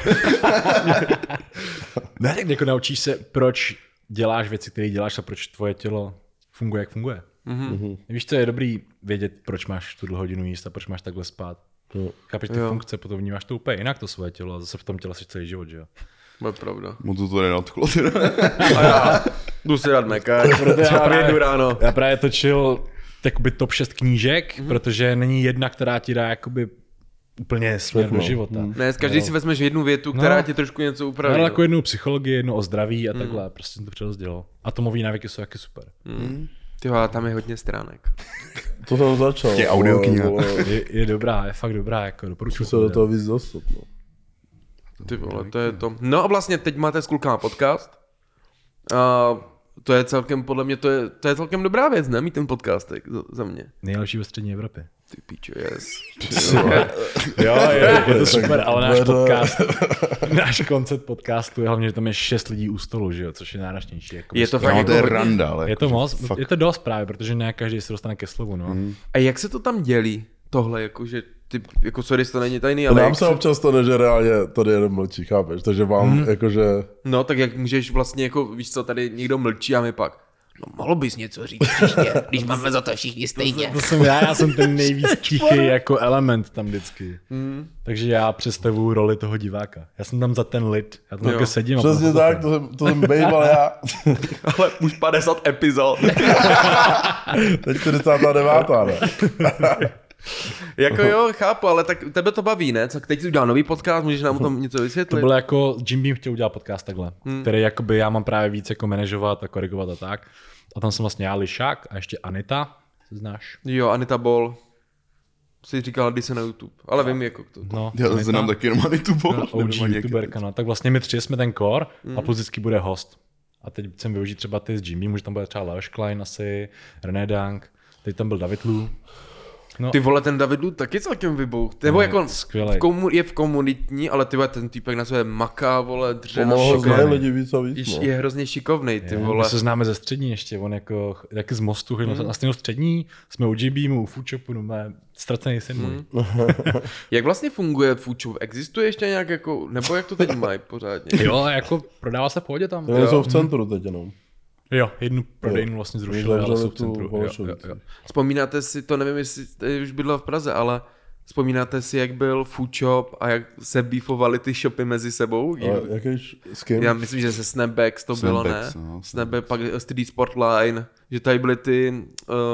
Ne, tak jako naučíš se, proč děláš věci, které děláš a proč tvoje tělo funguje, jak funguje. Mm-hmm. Víš, co je dobrý vědět, proč máš tu hodinu jíst a proč máš takhle spát. Chápeš ty funkce, potom vnímáš to úplně jinak, to svoje tělo, a zase v tom těle jsi celý život, že jo? To je pravda. Moc to nenadchlo, teda. A já jdu si dát mekač, třeba v 1 ráno. Já právě točil jakoby top 6 knížek, protože není jedna, která ti dá jakoby úplně směr do života. Ne, každý si vezmeš jednu větu, která ti trošku něco upraví. Ale jako jednu psychologii, jednu o zdraví a takhle, prostě jsem to přerozdělil. A atomový návyky jsou taky super. Tyhle, tam je hodně stránek. To jsem začal. Je audiokniha. Je dobrá, je fakt dobrá, jako doporučuji. Se do toho víc dostat, no. Ty vole, to je to. No a vlastně teď máte s klukama podcast. A to je celkem, podle mě, to je celkem dobrá věc, ne? Mít ten podcastek za mě. Nejlepší ve střední Evropě. Ty pičo, yes. Jo, je to super, ale náš podcast, náš koncept podcastu je hlavně, že tam je 6 lidí u stolu, že jo, což je náročnější. Jako Je to fakt No, jako to je hodně. randa, ale je to jako, moc, fakt. je to dost právě, protože ne každý se dostane ke slovu, no. A jak se to tam dělí? Tohle, jakože ty, jako sorry, to není tajný, ale Nám jak se občas to že reálně tady jenom mlčí, chápeš? Takže vám jakože... no, tak jak můžeš vlastně, jako, víš co, tady někdo mlčí a my pak, no mohl bys něco říct příště, když máme za to všichni stejně. To jsem já jsem ten nejvíc tichý jako element tam vždycky. Takže já představuju roli toho diváka. Já jsem tam za ten lid, já tam jako sedím. Přesně a tak, to jsem bejval já. Ale už 50 epizod. Teď 49. ne? Jako jo, chápu, ale tak tebe to baví, ne? Co, teď jsi udělal nový podcast, můžeš nám o tom něco To vysvětlit? bylo jako, Jim Beam chtěl udělat podcast takhle, který jakoby já mám právě víc jako manažovat a korigovat a tak. A tam jsem vlastně já, Lišák a ještě Anita, se znáš? Jo, Anita Bol. Jsi říkal, když se na YouTube, ale vím, jako to. No, Já se nám taky jenom YouTube. OG youtuberka, no. Tak vlastně my 3 jsme ten core a plus vždycky bude host. A teď chcem využít třeba ty s Jim Beam, že tam bude třeba Leoš Klein asi, René Dank, teď tam byl David Lu. No. Ty vole, ten David Lu taky celkem vybouch. Nebo jako skvělej. je v komunitní, ale ty vole, ten týpek na své maká, vole, dře na Pomohl znají šikovnej. lidi víc a víc, no. Je hrozně šikovnej, ty My vole. se známe ze střední ještě, on jako taky z Mostu, na stejnou střední, jsme u GBMu, u Foodshopu, no má ztracený syn můj. Jak vlastně funguje Foodshop? Existuje ještě nějak jako, nebo jak to teď mají pořádně? Jo, jako prodává se v pohodě tam. Oni jsou v centru teď jenom. Jo, jednu prodejnu vlastně zrušili, ale jsou v tu centru. Holešovici. Vzpomínáte si, to nevím, jestli jste už bydlel v Praze, ale vzpomínáte si, jak byl Foodshop a jak se beefovali ty shopy mezi sebou? A jakýž, s kým? Já myslím, že se Snapbacks to bylo, ne? Snapbacks, no. Snapback, pak SD Sportline, že tady byly ty...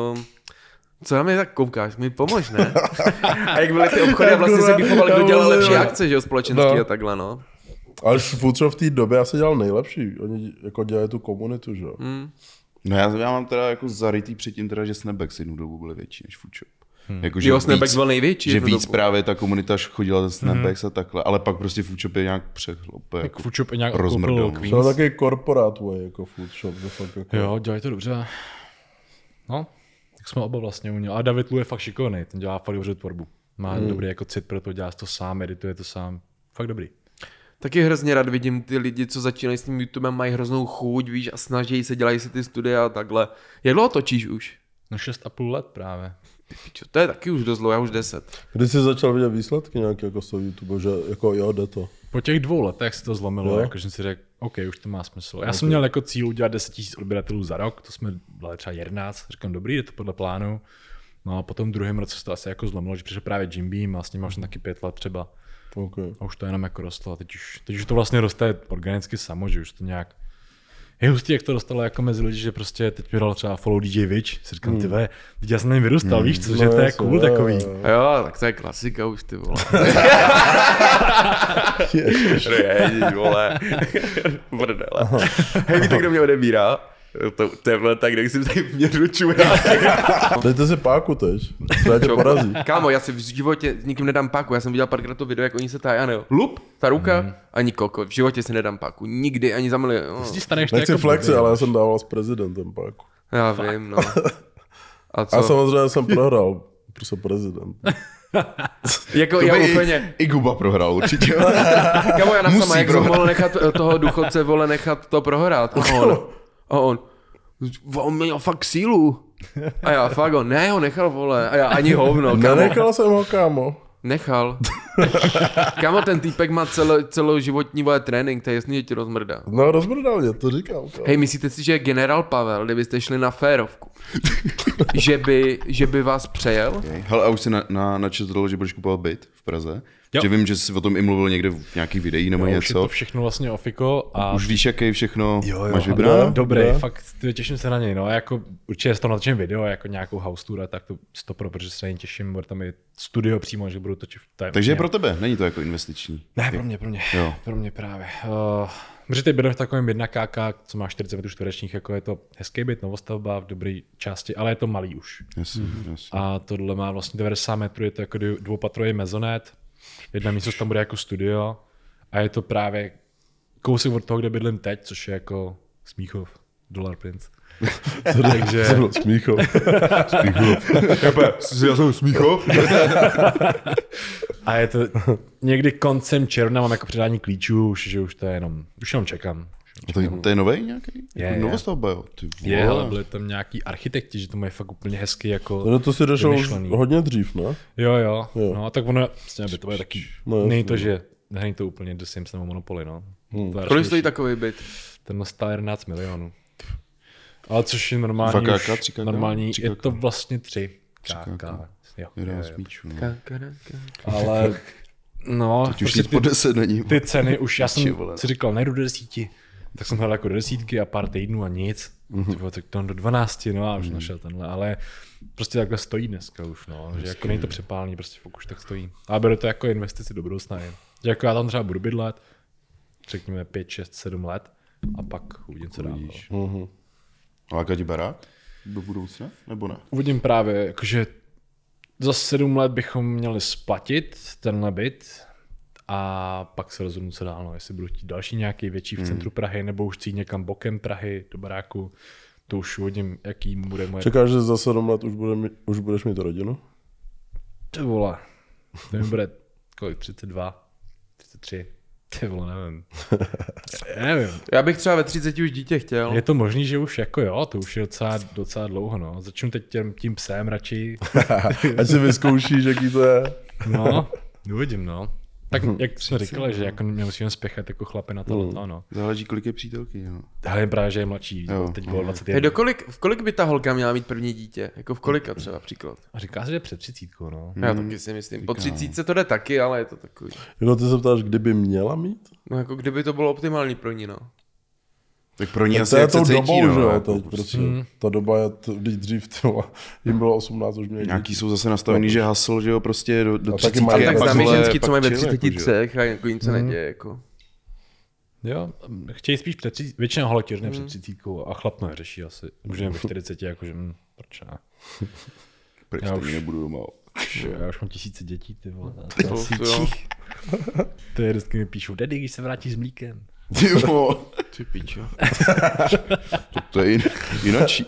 co na mě tak koukáš, mi pomož, ne? A jak byly ty obchody a vlastně se beefovali, kdo dělal lepší akce, že jo, společenský a takhle, no. Ale Foodshop v té době asi dělal nejlepší. Oni jako dělají tu komunitu, že jo. No já mám teda jako zarytý předtím teda, že Snapbacks jednu dobu byly větší než Foodshop. Jako, Jo, Snapbacks byl největší Že jednu víc dobu. právě ta komunita chodila ze Snapbacks a takhle, ale pak prostě Foodshop je nějak přechlope. Tak Foodshop je nějak rozmrdal. koupil Třeba Queens. takový korporát jako Foodshop. Fakt jako... Jo, dělají to dobře. No, tak jsme oba vlastně uměli. A David Lu je fakt šikovný, ten dělá fakt dobře tvorbu. Má dobrý jako cit pro to, dělá to sám, edituje to sám. Fakt dobrý. Taky hrozně rád vidím ty lidi, co začínají s tím YouTubem, mají hroznou chuť, víš, a snaží se, dělají si ty studia a takhle. Jak dlouho točíš už? No 6,5 let právě. Pičo, to je taky už dost dlouho, já už 10. Kdy jsi začal vidět výsledky nějaké jako z toho YouTube, že jako jo, jde to. Po těch 2 letech se to zlomilo, Jo. jakože jsem si řekl, OK, už to má smysl. Já jsem měl jako cíl udělat 10 000 odběratelů za rok, to jsme dali třeba 11, říkám, dobrý, je to podle plánu. No a potom v druhém roce se to asi jako zlomilo, že přišel právě Jim Beam a s ním už taky 5 let třeba. Okay. A už to jenom jako rostlo a teď už to vlastně roste organicky samo, že už to nějak... Je hustý, jak to dostalo jako mezi lidi, že prostě teď mi dal třeba follow DJ Witch, si říkám, ty ve, teď já jsem na něm vyrůstal, víš co, že to je jasně, cool takový. Jo, tak to je klasika už, ty vole. Ježiš, vole. Brdele. Hej, víte, kdo mě odebírá? To je bylo tak, když jsem tady měřil Dejte si páku teď. To tě porazí. Kámo, já si v životě nikým nedám páku. Já jsem viděl párkrát to video, jak oni se tají, a ne, lup, ta ruka, ani koko. V životě si nedám páku. Nikdy, ani za milion. Ty staneš Nechci jako flexi, blbý, ale já víš. jsem dával s prezidentem páku. Já vím, no. A A co? samozřejmě jsem prohrál. Prostě prezident. Jako já úplně... I Guba prohrál určitě. Kámo, já Musí sama, jak jsem prohrát. mohl nechat toho důchodce, vole, nechat to prohrát. A on měl fakt sílu. A já fakt ne, ho nechal, vole. A já ani hovno, kámo. Nenechal jsem ho, kámo. Nechal. Kámo, ten týpek má celoživotní, vole, trénink, to je jasný, že ti rozmrdá. No, rozbrdal mě, to říkal. Kámo. Hej, myslíte si, že generál Pavel, kdybyste šli na férovku, že by vás přejel? Hele, a už si načetl, že budeš kupovat byt v Praze? Jo. Že vím, že jsi o tom i mluvil někde v nějakých videích nebo Jo, už je něco. to všechno vlastně ofiko a Už víš, jaké všechno Jo, máš a vybráno? ne? dobrý, Ne? fakt těším se na něj, no, jako určitě z toho natočím video, jako nějakou house tour, tak to 100%, protože se na něj těším, bude tam i studio přímo, že budu točit. Takže je pro tebe, není to jako investiční. Ne, pro mě právě. Protože teď bydlím v takovém 1KK, co má 40 metrů čtverečních, jako je to hezký byt, novostavba v dobré části, ale je to malý už. Jasně, jasně. A tohle má vlastně 90 metrů, je to jako dvoupatrový mezonet, jedna místnost tam bude jako studio a je to právě kousek od toho, kde bydlím teď, což je jako Smíchov, Dollar Prince. Takže... To bylo smíchov. Já jsem Smíchov. A je to někdy koncem června, mám jako předání klíčů, že už to je už jenom čekám. A to je nový nějaký? Je. Novostavba, jo? Ty Je, vole. ale byli tam nějaký architekti, že to je fakt úplně hezky jako... No to si došel už vymyšlený. hodně dřív, ne? Jo. No a tak ono, vlastně by to bude taky, No, není jasně, to, že není to úplně The Sims nebo Monopoly, no. Kolik stojí takový byt? Ten stál 11 milionů. Ale což je normální, 2KK, už, 3KK? normální, 3KK. je to vlastně 3 3KK. KK. Jo. Jeden smíčů, no. Ale no, Teď už prostě nic po 10 není. ty ceny už, já Ty jsem vole. si říkal, nejdu do 10, tak jsem hledal jako do 10 a pár týdnů a nic. Tak tam do 12, no a už našel tenhle, ale prostě takhle stojí dneska už, no, že jako není to přepálný, prostě fakt už tak stojí. A beru to jako investici do budoucna, jen. Že jako já tam třeba budu bydlet, řekněme 5, 6, 7 let a pak uvidím, co dál. No. Láká ti barák do budoucna, nebo ne? Uvidím právě, jakože za 7 let bychom měli splatit tenhle byt a pak se rozhodnu, co dál, no, jestli budu chtít další nějaký větší v centru Prahy, nebo už chci jít někam bokem Prahy do baráku, to už uvidím, jaký bude moje... Čekáš, že za 7 let už budeš mít rodinu? Ty vole, to mi bude kolik, 32, 33, ty vole, nevím. Já nevím. Já bych třeba ve 30 už dítě chtěl. Je to možný, že už jako jo, to už je docela dlouho, no. Začnu teď tím psem radši, Ať si vyzkoušíš, jaký to je. no, uvidím, no. Tak jak jsme říkali, že jako nemusíme spěchat jako chlapi na tohle, no. Záleží, kolik je přítelky, jo. Ale právě, že je mladší, Jo. teď bylo Hej, 21. v kolik by ta holka měla mít první dítě? Jako v kolika třeba příklad? A říká se, že před 30, no. Já taky si myslím. Po 30 to jde taky, ale je to takový. Jako ty se ptáš, kdyby měla mít? No jako kdyby to bylo optimální pro ní, no. Tak pro ní Tak asi to je jak se tou cítí, dobou, no. že jo, Jako teď prostě. prostě. Ta doba je, když dřív jim bylo 18, už měli Nějaký děti. jsou zase nastavený, že hustle, že jo, prostě do A taky 30. mají- Tak pak známe vole, ženský, co mají ve chill, jako, že jo. 33 a jako nic se neděje, jako. Jo, chtějí spíš před 30, většina holek těžne před 30 a chlap to neřeší asi. Už ve 40, jakože, proč ne? Proč Já to už- nebudu doma? Já už mám tisíce dětí, ty vole. Jo. To je vždycky mi píšou, daddy, když se vrátíš s mlíkem. Ty vole, Ty pičo. to je jinačí.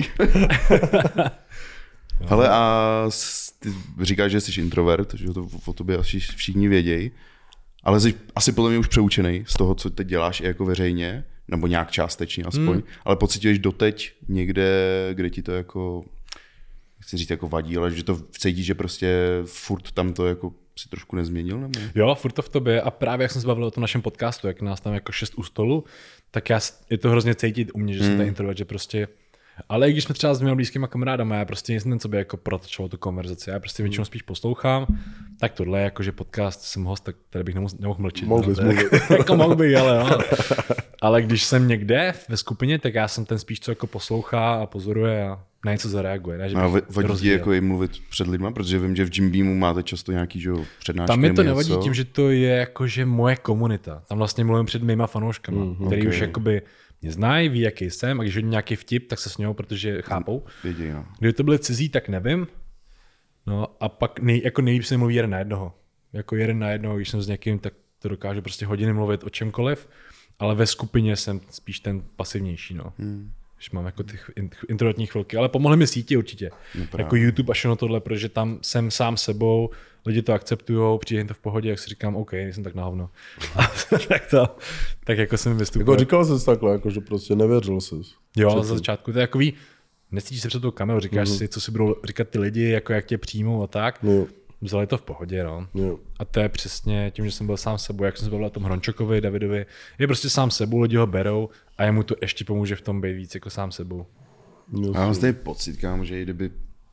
Hele, a ty říkáš, že jsi introvert, že to o tobě asi všichni vědějí, ale jsi asi podle mě už přeučený z toho, co teď děláš i jako veřejně, nebo nějak částečně aspoň, ale pocituješ doteď někde, kde ti to jako, chci říct jako vadí, ale že to cítíš, že prostě furt tam to jako si trošku nezměnil, nebo? Jo, furt to v tobě a právě jak jsem se bavil o tom našem podcastu, jak nás tam jako 6 u stolu, tak je to hrozně cítit u mě, že jsem ten introvert, že prostě, ale i když jsme třeba s mými blízkýma kamarádama, já prostě nejsem ten, co by jako protočoval tu konverzaci, já prostě většinou spíš poslouchám, tak tohle je jako, že podcast, jsem host, tak tady bych nemohl mlčet. Mohl no, bys to je- jako mohl bych, ale no. Ale když jsem někde ve skupině, tak já jsem ten spíš, co jako poslouchá a pozoruje a na něco zareaguje. Ne, že A bych vadí ti rozvíjel. jako i mluvit před lidma, protože vím, že v Jim Beamu máte často nějaký že, jo, přednášky. Tam mi to nebo nevadí něco. tím, že to je jakože moje komunita. Tam vlastně mluvím před mýma fanouškama, který už jakoby mě znají, ví, jaký jsem, a když hodím nějaký vtip, tak se smějou, protože chápou. Věděj, no. Kdyby to byly cizí, tak nevím. No a pak jako nejlíp se mluví jeden na jednoho. Jako jeden na jednoho, když jsem s někým, tak to dokážu prostě hodiny mluvit o čemkoliv, ale ve skupině jsem spíš ten pasivnější, no. Když mám jako ty introvertní chvilky, ale pomohly mi sítě určitě. Jako YouTube a všechno tohle, protože tam jsem sám sebou, lidi to akceptujou, přijde jim to v pohodě, jak si říkám, OK, nejsem tak na hovno. tak jako jsem vystupoval. Jako říkal jsi takhle, jako, že prostě nevěřil jsi. Jo, za začátku to je takový, necítíš se před tou kamerou, říkáš si, co si budou říkat ty lidi, jako jak tě přijmou a tak. Jo. Vzali to v pohodě, no. Jo. A to je přesně tím, že jsem byl sám sebou, jak jsem se bavil o tom Hrončokovi, Davidovi, je prostě sám sebou, lidi ho berou a jemu to ještě pomůže v tom být víc jako sám sebou. A mám zde pocit, kámo, že i kdyby,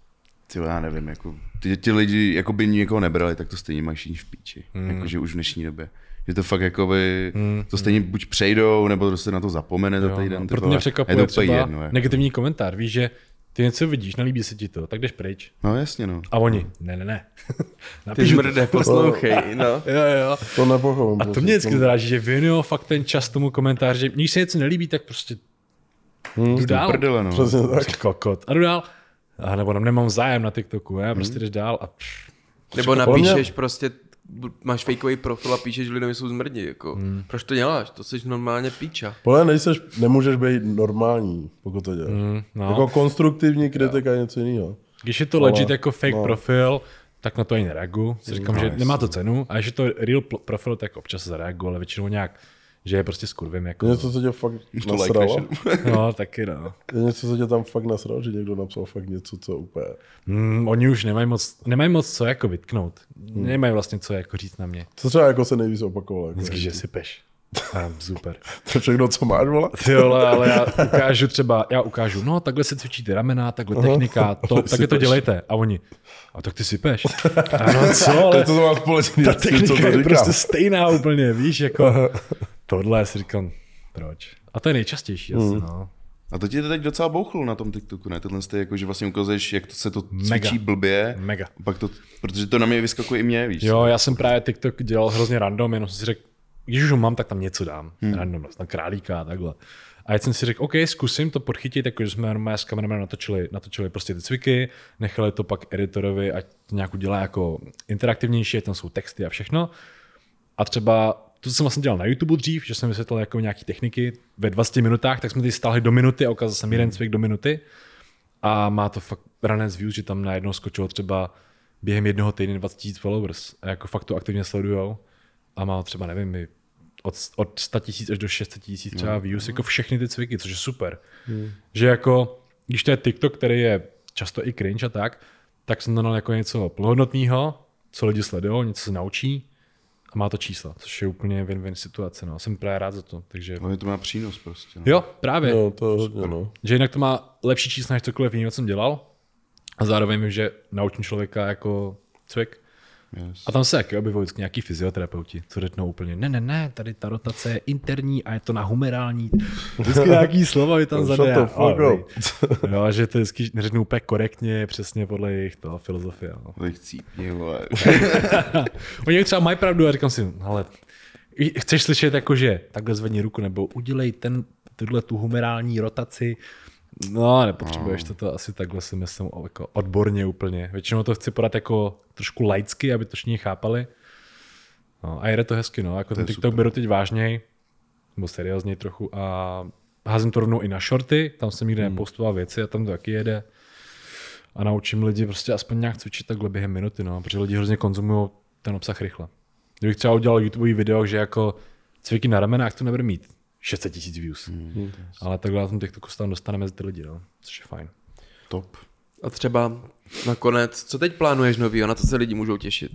já nevím, jako, ty lidi jako by někoho nebrali, tak to stejně mají všichni v píči, jakože už v dnešní době. Že to fakt jakoby, to stejně buď přejdou, nebo se na to zapomene za týden. Proto mě překvapuje třeba jedno, jako. negativní komentář, víš, že ty něco vidíš, nelíbí se ti to, tak jdeš pryč. No jasně, no. A oni, ne. Ty žmrde, poslouchej, no. Jo. To nepochopím. A to mě vždycky zaráží, že věnují fakt ten čas tomu komentáři, že když se něco nelíbí, tak prostě jdu dál. Prdele, no. Přesně tak. Jsi kokot. A jdu dál. A nebo nemám zájem na TikToku, já prostě jdeš dál a Nebo napíšeš prostě, máš fejkový profil a píšeš, že lidem jsou zmrdi, jako. Proč to děláš? To jsi normálně píča. Podle nemůžeš být normální, pokud to děláš. no. Jako konstruktivní kritika je něco jiného. Když je to legit jako fake profil, tak na to ani nereaguju. Si říkám, že nemá to cenu. A když je to real profil, tak občas zareaguju, ale většinou nějak, že je prostě skurvím. Jako, Něco, co tě fakt To nasralo? no, taky no. Je něco, co tě tam fakt nasralo, že někdo napsal fakt něco, co úplně... Oni už nemají moc co jako vytknout. Nemají vlastně co jako říct na mě. Co třeba jako se nejvíc opakovalo? Jako, Vždycky, že sypeš. A super. to je všechno, co máš, vole? Ty vole, ale já ukážu, no takhle se cvičí ty ramena, takhle technika, takhle to dělejte. A oni, a tak ty sypeš. Ano, co, ale To má společný, ta co to technika je říkám. prostě stejná úplně, víš, jako tohle si říkám, proč? A to je nejčastější asi, no. A to ti teď docela bouchlo na tom TikToku, ne? Tohle jste jako, že vlastně ukazuješ, jak to se to cvičí Mega. blbě. Mega. Pak to, protože to na mě vyskakuje i mě, víš. Jo, já jsem právě TikTok dělal hrozně random, jenom jsem si řekl, když už ho mám, tak tam něco dám. Random, tam králíka a takhle. A já jsem si řekl, OK, zkusím to podchytit, jakože jsme normálně s kameramanem natočili prostě ty cviky, nechali to pak editorovi, ať to nějak udělá jako interaktivnější, tam jsou texty a všechno. A třeba to, co jsem vlastně dělal na YouTube dřív, že jsem vysvětlil jako nějaký techniky ve 20 minutách, tak jsme ty stáhli do minuty a ukázal jsem jeden cvik do minuty. A má to fakt ranec views, že tam najednou skočilo třeba během jednoho týdne 20 000 followers. A jako fakt to aktivně sledujou. A má třeba, nevím, od 100 000 až do 600 000 třeba views, jako všechny ty cviky, což je super. Že jako, když to je TikTok, který je často i cringe a tak jsem to dal jako něco plnohodnotného, co lidi sledují, něco se naučí a má to čísla, což je úplně win-win situace. No. Jsem právě rád za to. Takže... Ale to má přínos prostě. No. Jo, právě. Jo, to je hodně, no. Že jinak to má lepší čísla než cokoliv jiného, co jsem dělal. A zároveň vím, že naučím člověka jako cvik. Yes. A tam se taky objevují vždycky nějaký fyzioterapeuti, co řeknou úplně, ne, tady ta rotace je interní a je to na humerální. Vždycky nějaký slova mi tam Shut zadá. the fuck up. Jo, že to vždycky neřeknou úplně korektně, přesně podle jejich toho filozofie. No. To jich cípni, vole. Oni třeba mají pravdu a říkám si, ale chceš slyšet jako, že takhle zvedni ruku, nebo udělej tu humerální rotaci. No, nepotřebuješ to asi takhle si myslím jako odborně úplně. Většinou to chci podat jako trošku laicky, aby to všichni chápali. No, a jede to hezky, no. Jako ten TikTok beru teď vážněj, nebo seriózněj trochu a házím to rovnou i na shorty, tam jsem nikdy nepostoval věci a tam to taky jede. A naučím lidi prostě aspoň nějak cvičit takhle během minuty, no, protože lidi hrozně konzumují ten obsah rychle. Kdybych třeba udělal YouTubeový video, že jako cviky na ramenách to nebude mít 600 000 views. Ale takhle na tom TikToku se tam dostane mezi ty lidi, no, což je fajn. Top. A třeba nakonec, co teď plánuješ novýho, na co se lidi můžou těšit?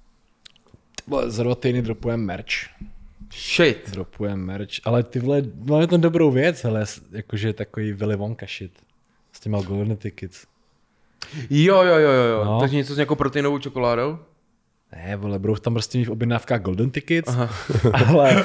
Za 2 týdny dropujeme merch. Shit. Dropujeme merch, ale ty vole, máme tam dobrou věc, hele, jakože takový Willy Wonka shit. S těma golden tickets. Jo. No. Takže něco s nějakou proteinovou čokoládou? Ne, vole, budou tam prostě mít v objednávkách golden tickets, ale...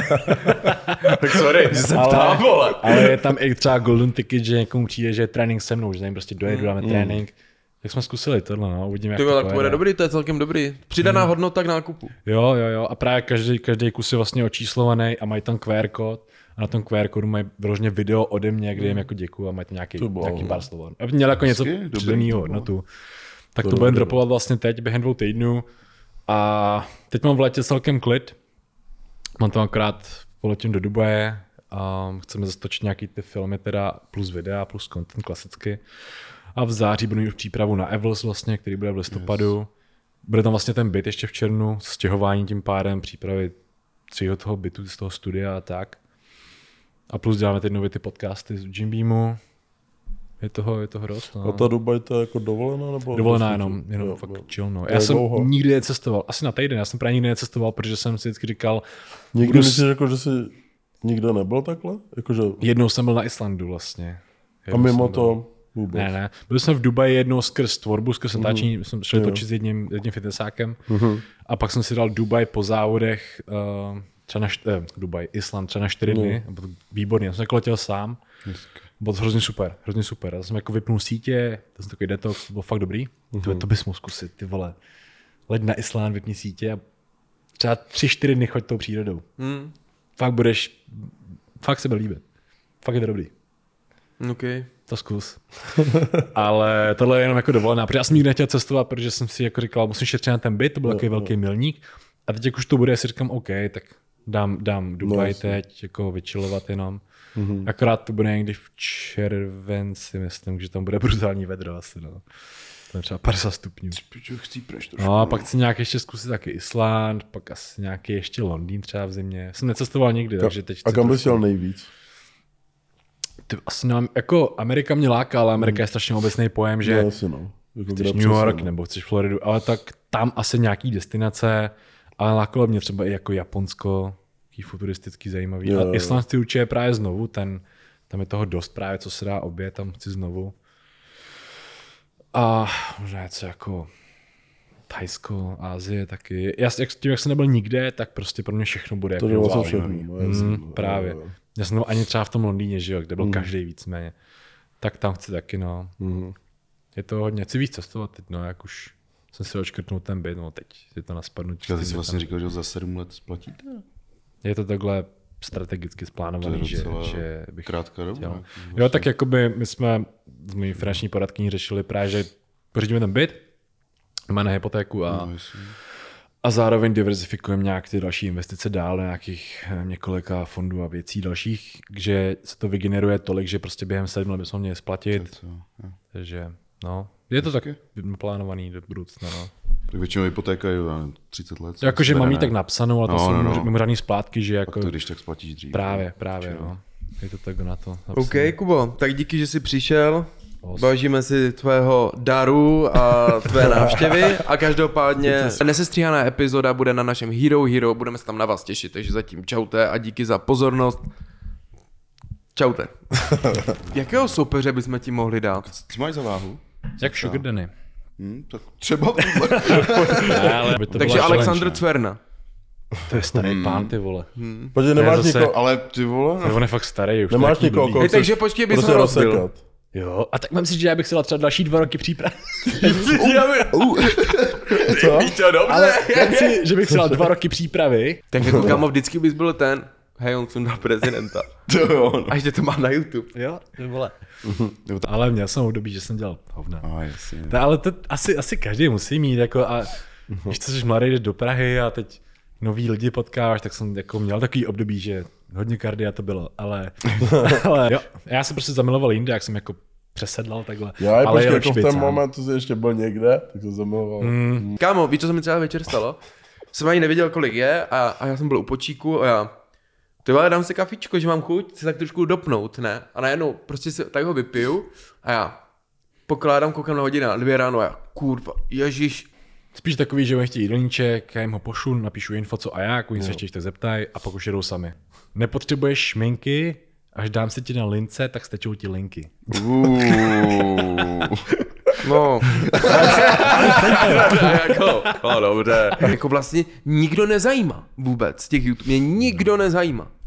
Tak sorry, že se ptám, vole. Ale je tam i třeba golden ticket, že někomu přijde, že je trénink se mnou, že tam prostě dojedu, dáme trénink. Tak jsme zkusili tohle, no, uvidíme, jak Ty to tak to bude pojede. dobrý, to je celkem dobrý. Přidaná hodnota k nákupu. Jo, a právě každý kus je vlastně očíslovaný a mají tam QR kód a na tom QR kódu mají vyloženě video ode mě, kde jim jako děkuju a mají tam nějaký pár slov. Aby měl jako něco přidaného hodnotu. Tak to budeme dropovat vlastně teď během 2 týdnů a teď mám v létě celkem klid. Mám tam akorát poletím do Dubaje a chceme zastočit nějaký ty filmy teda plus videa, plus content klasicky. A v září budu mít přípravu na Evils vlastně, který bude v listopadu. Yes. Bude tam vlastně ten byt ještě v červnu, stěhování tím pádem, přípravy toho bytu z toho studia a tak. A plus děláme teď nově ty podcasty z Jim Beamu. Je toho dost. No. A ta Dubaj to je jako dovolená? Nebo dovolená jenom fakt chill. No. Já jsem nikdy necestoval, asi na týden, já jsem právě nikdy necestoval, protože jsem si vždycky říkal... Nikdy myslíš, jako, že jsi nikde nebyl takhle? Jakože... Jednou jsem byl na Islandu vlastně. A mimo to vůbec? Ne. Byl jsem v Dubaji jednou skrz tvorbu, skrz natáčení, jsme šli točit s jedním fitnessákem. A pak jsem si dal Dubaj po závodech, třeba Island třeba na 4 dny. Bylo to výborný, já jsem letěl sám. Bylo to hrozně super. Já jsem jako vypnul sítě, to jsem takový detox, to bylo fakt dobrý. To bys mohl zkusit, ty vole. Leď na Island, vypni sítě a třeba 3-4 dny choď tou přírodou. Fakt se bude líbit. Fakt je to dobrý. Okay. To zkus. Ale tohle je jenom jako dovolená, protože já jsem nikdy nechtěl cestovat, protože jsem si jako říkal, musím šetřit na ten byt, to byl takový velký milník. A teď jak už to bude, já si říkám, OK, tak dám Dubaj teď, jako vyčilovat jenom. Akorát to bude někdy v červenci, myslím, že tam bude brutální vedro asi, no. To je třeba 50 stupňů. No a pak chci nějak ještě zkusit taky Island, pak asi nějaký ještě Londýn třeba v zimě. Jsem necestoval nikdy, takže teď... A kam bys jel nejvíc? Asi nevím, jako Amerika mě láká, ale Amerika je strašně obecný pojem, že Jako chceš New York nebo chceš Floridu, ale tak tam asi nějaký destinace, ale lákalo mě třeba i jako Japonsko, taký futuristický zajímavý. A Island si určitě právě znovu, tam je toho dost právě, co se dá obět, tam chci znovu. A možná něco jako Thajsko, Asie taky. Jak jsem nebyl nikde, tak prostě pro mě všechno bude to jako všechno, právě. Já jsem ani třeba v tom Londýně, že jo, kde byl každý víceméně. Tak tam chci taky, no. Je to hodně, chci víc cestovat teď, no, jak už jsem si odškrtnul ten byt, no teď je to na spadnutí. Ty jsi vlastně říkal, že ho za 7 let splatíte? Je to takhle strategicky splánovaný, že bych krátká doba. Jo, tak jakoby my jsme s mojí finanční poradkyní řešili právě, že pořídíme ten byt, máme na hypotéku a zároveň diverzifikujeme nějak ty další investice dál do nějakých několika fondů a věcí dalších, že se to vygeneruje tolik, že prostě během 7 let bychom měli splatit. Takže no, je to taky plánovaný do budoucna. No. Tak většinou hypotéka je 30 let. Jakože mám jí tak napsanou, ale to jsou mimořádný splátky, že jako... to když tak splatíš dřív. Právě, no. Je to tak na to. Napsanou. OK, Kubo, tak díky, že jsi přišel. Vážíme si tvého daru a tvé návštěvy a každopádně nesestříhaná epizoda bude na našem Hero, budeme se tam na vás těšit, takže zatím čaute a díky za pozornost. Čaute. Jakého soupeře bychom ti mohli dát? Co máš za váhu? Jak Sugar Danny. Tak třeba takže Alexandr Cverna. To je starý pán, ty vole. Protože nemáš nikoho... Ale ty vole... On je fakt starý už. Nemáš nikoho, koho takže počkej, bys ho rozbil. Jo, a tak mám si, že já bych si dal třeba další 2 roky příprav. Co? Ale si, že bych si dal 2 roky přípravy. Tak jako kamo, vždycky bys byl ten, hej, on sundal prezidenta. A ještě to má na YouTube. Jo, to vole. Ale měl jsem období, že jsem dělal hovna. Jasně. Ale to asi každý musí mít, jako a když jsi mladý, jdeš do Prahy a teď nový lidi potkáváš, tak jsem jako měl takový období, že hodně kardia to bylo, ale jo, já jsem prostě zamiloval jinde, jak jsem jako přesedlal takhle. Já ale jako v ten moment, co jsi ještě byl někde, tak jsem zamiloval. Kámo, víš, co se mi třeba večer stalo? Jsem ani nevěděl, kolik je a já jsem byl u počíku a já, ty vole, dám si kafičko, že mám chuť si tak trošku dopnout, ne? A najednou prostě si tak ho vypiju a já pokládám, koukám na hodinu, 2 ráno a já, kurva, ježiš. Spíš takový, že oni chtějí jídelníček, já jim ho pošlu, napíšu info, co a jak, oni se ještě tak zeptají a pak už jedou sami. Nepotřebuješ šminky, až dám si ti na lince, tak stečou ti linky. No. Jako, dobře. Jako vlastně nikdo nezajímá vůbec z těch YouTube, mě nikdo nezajímá.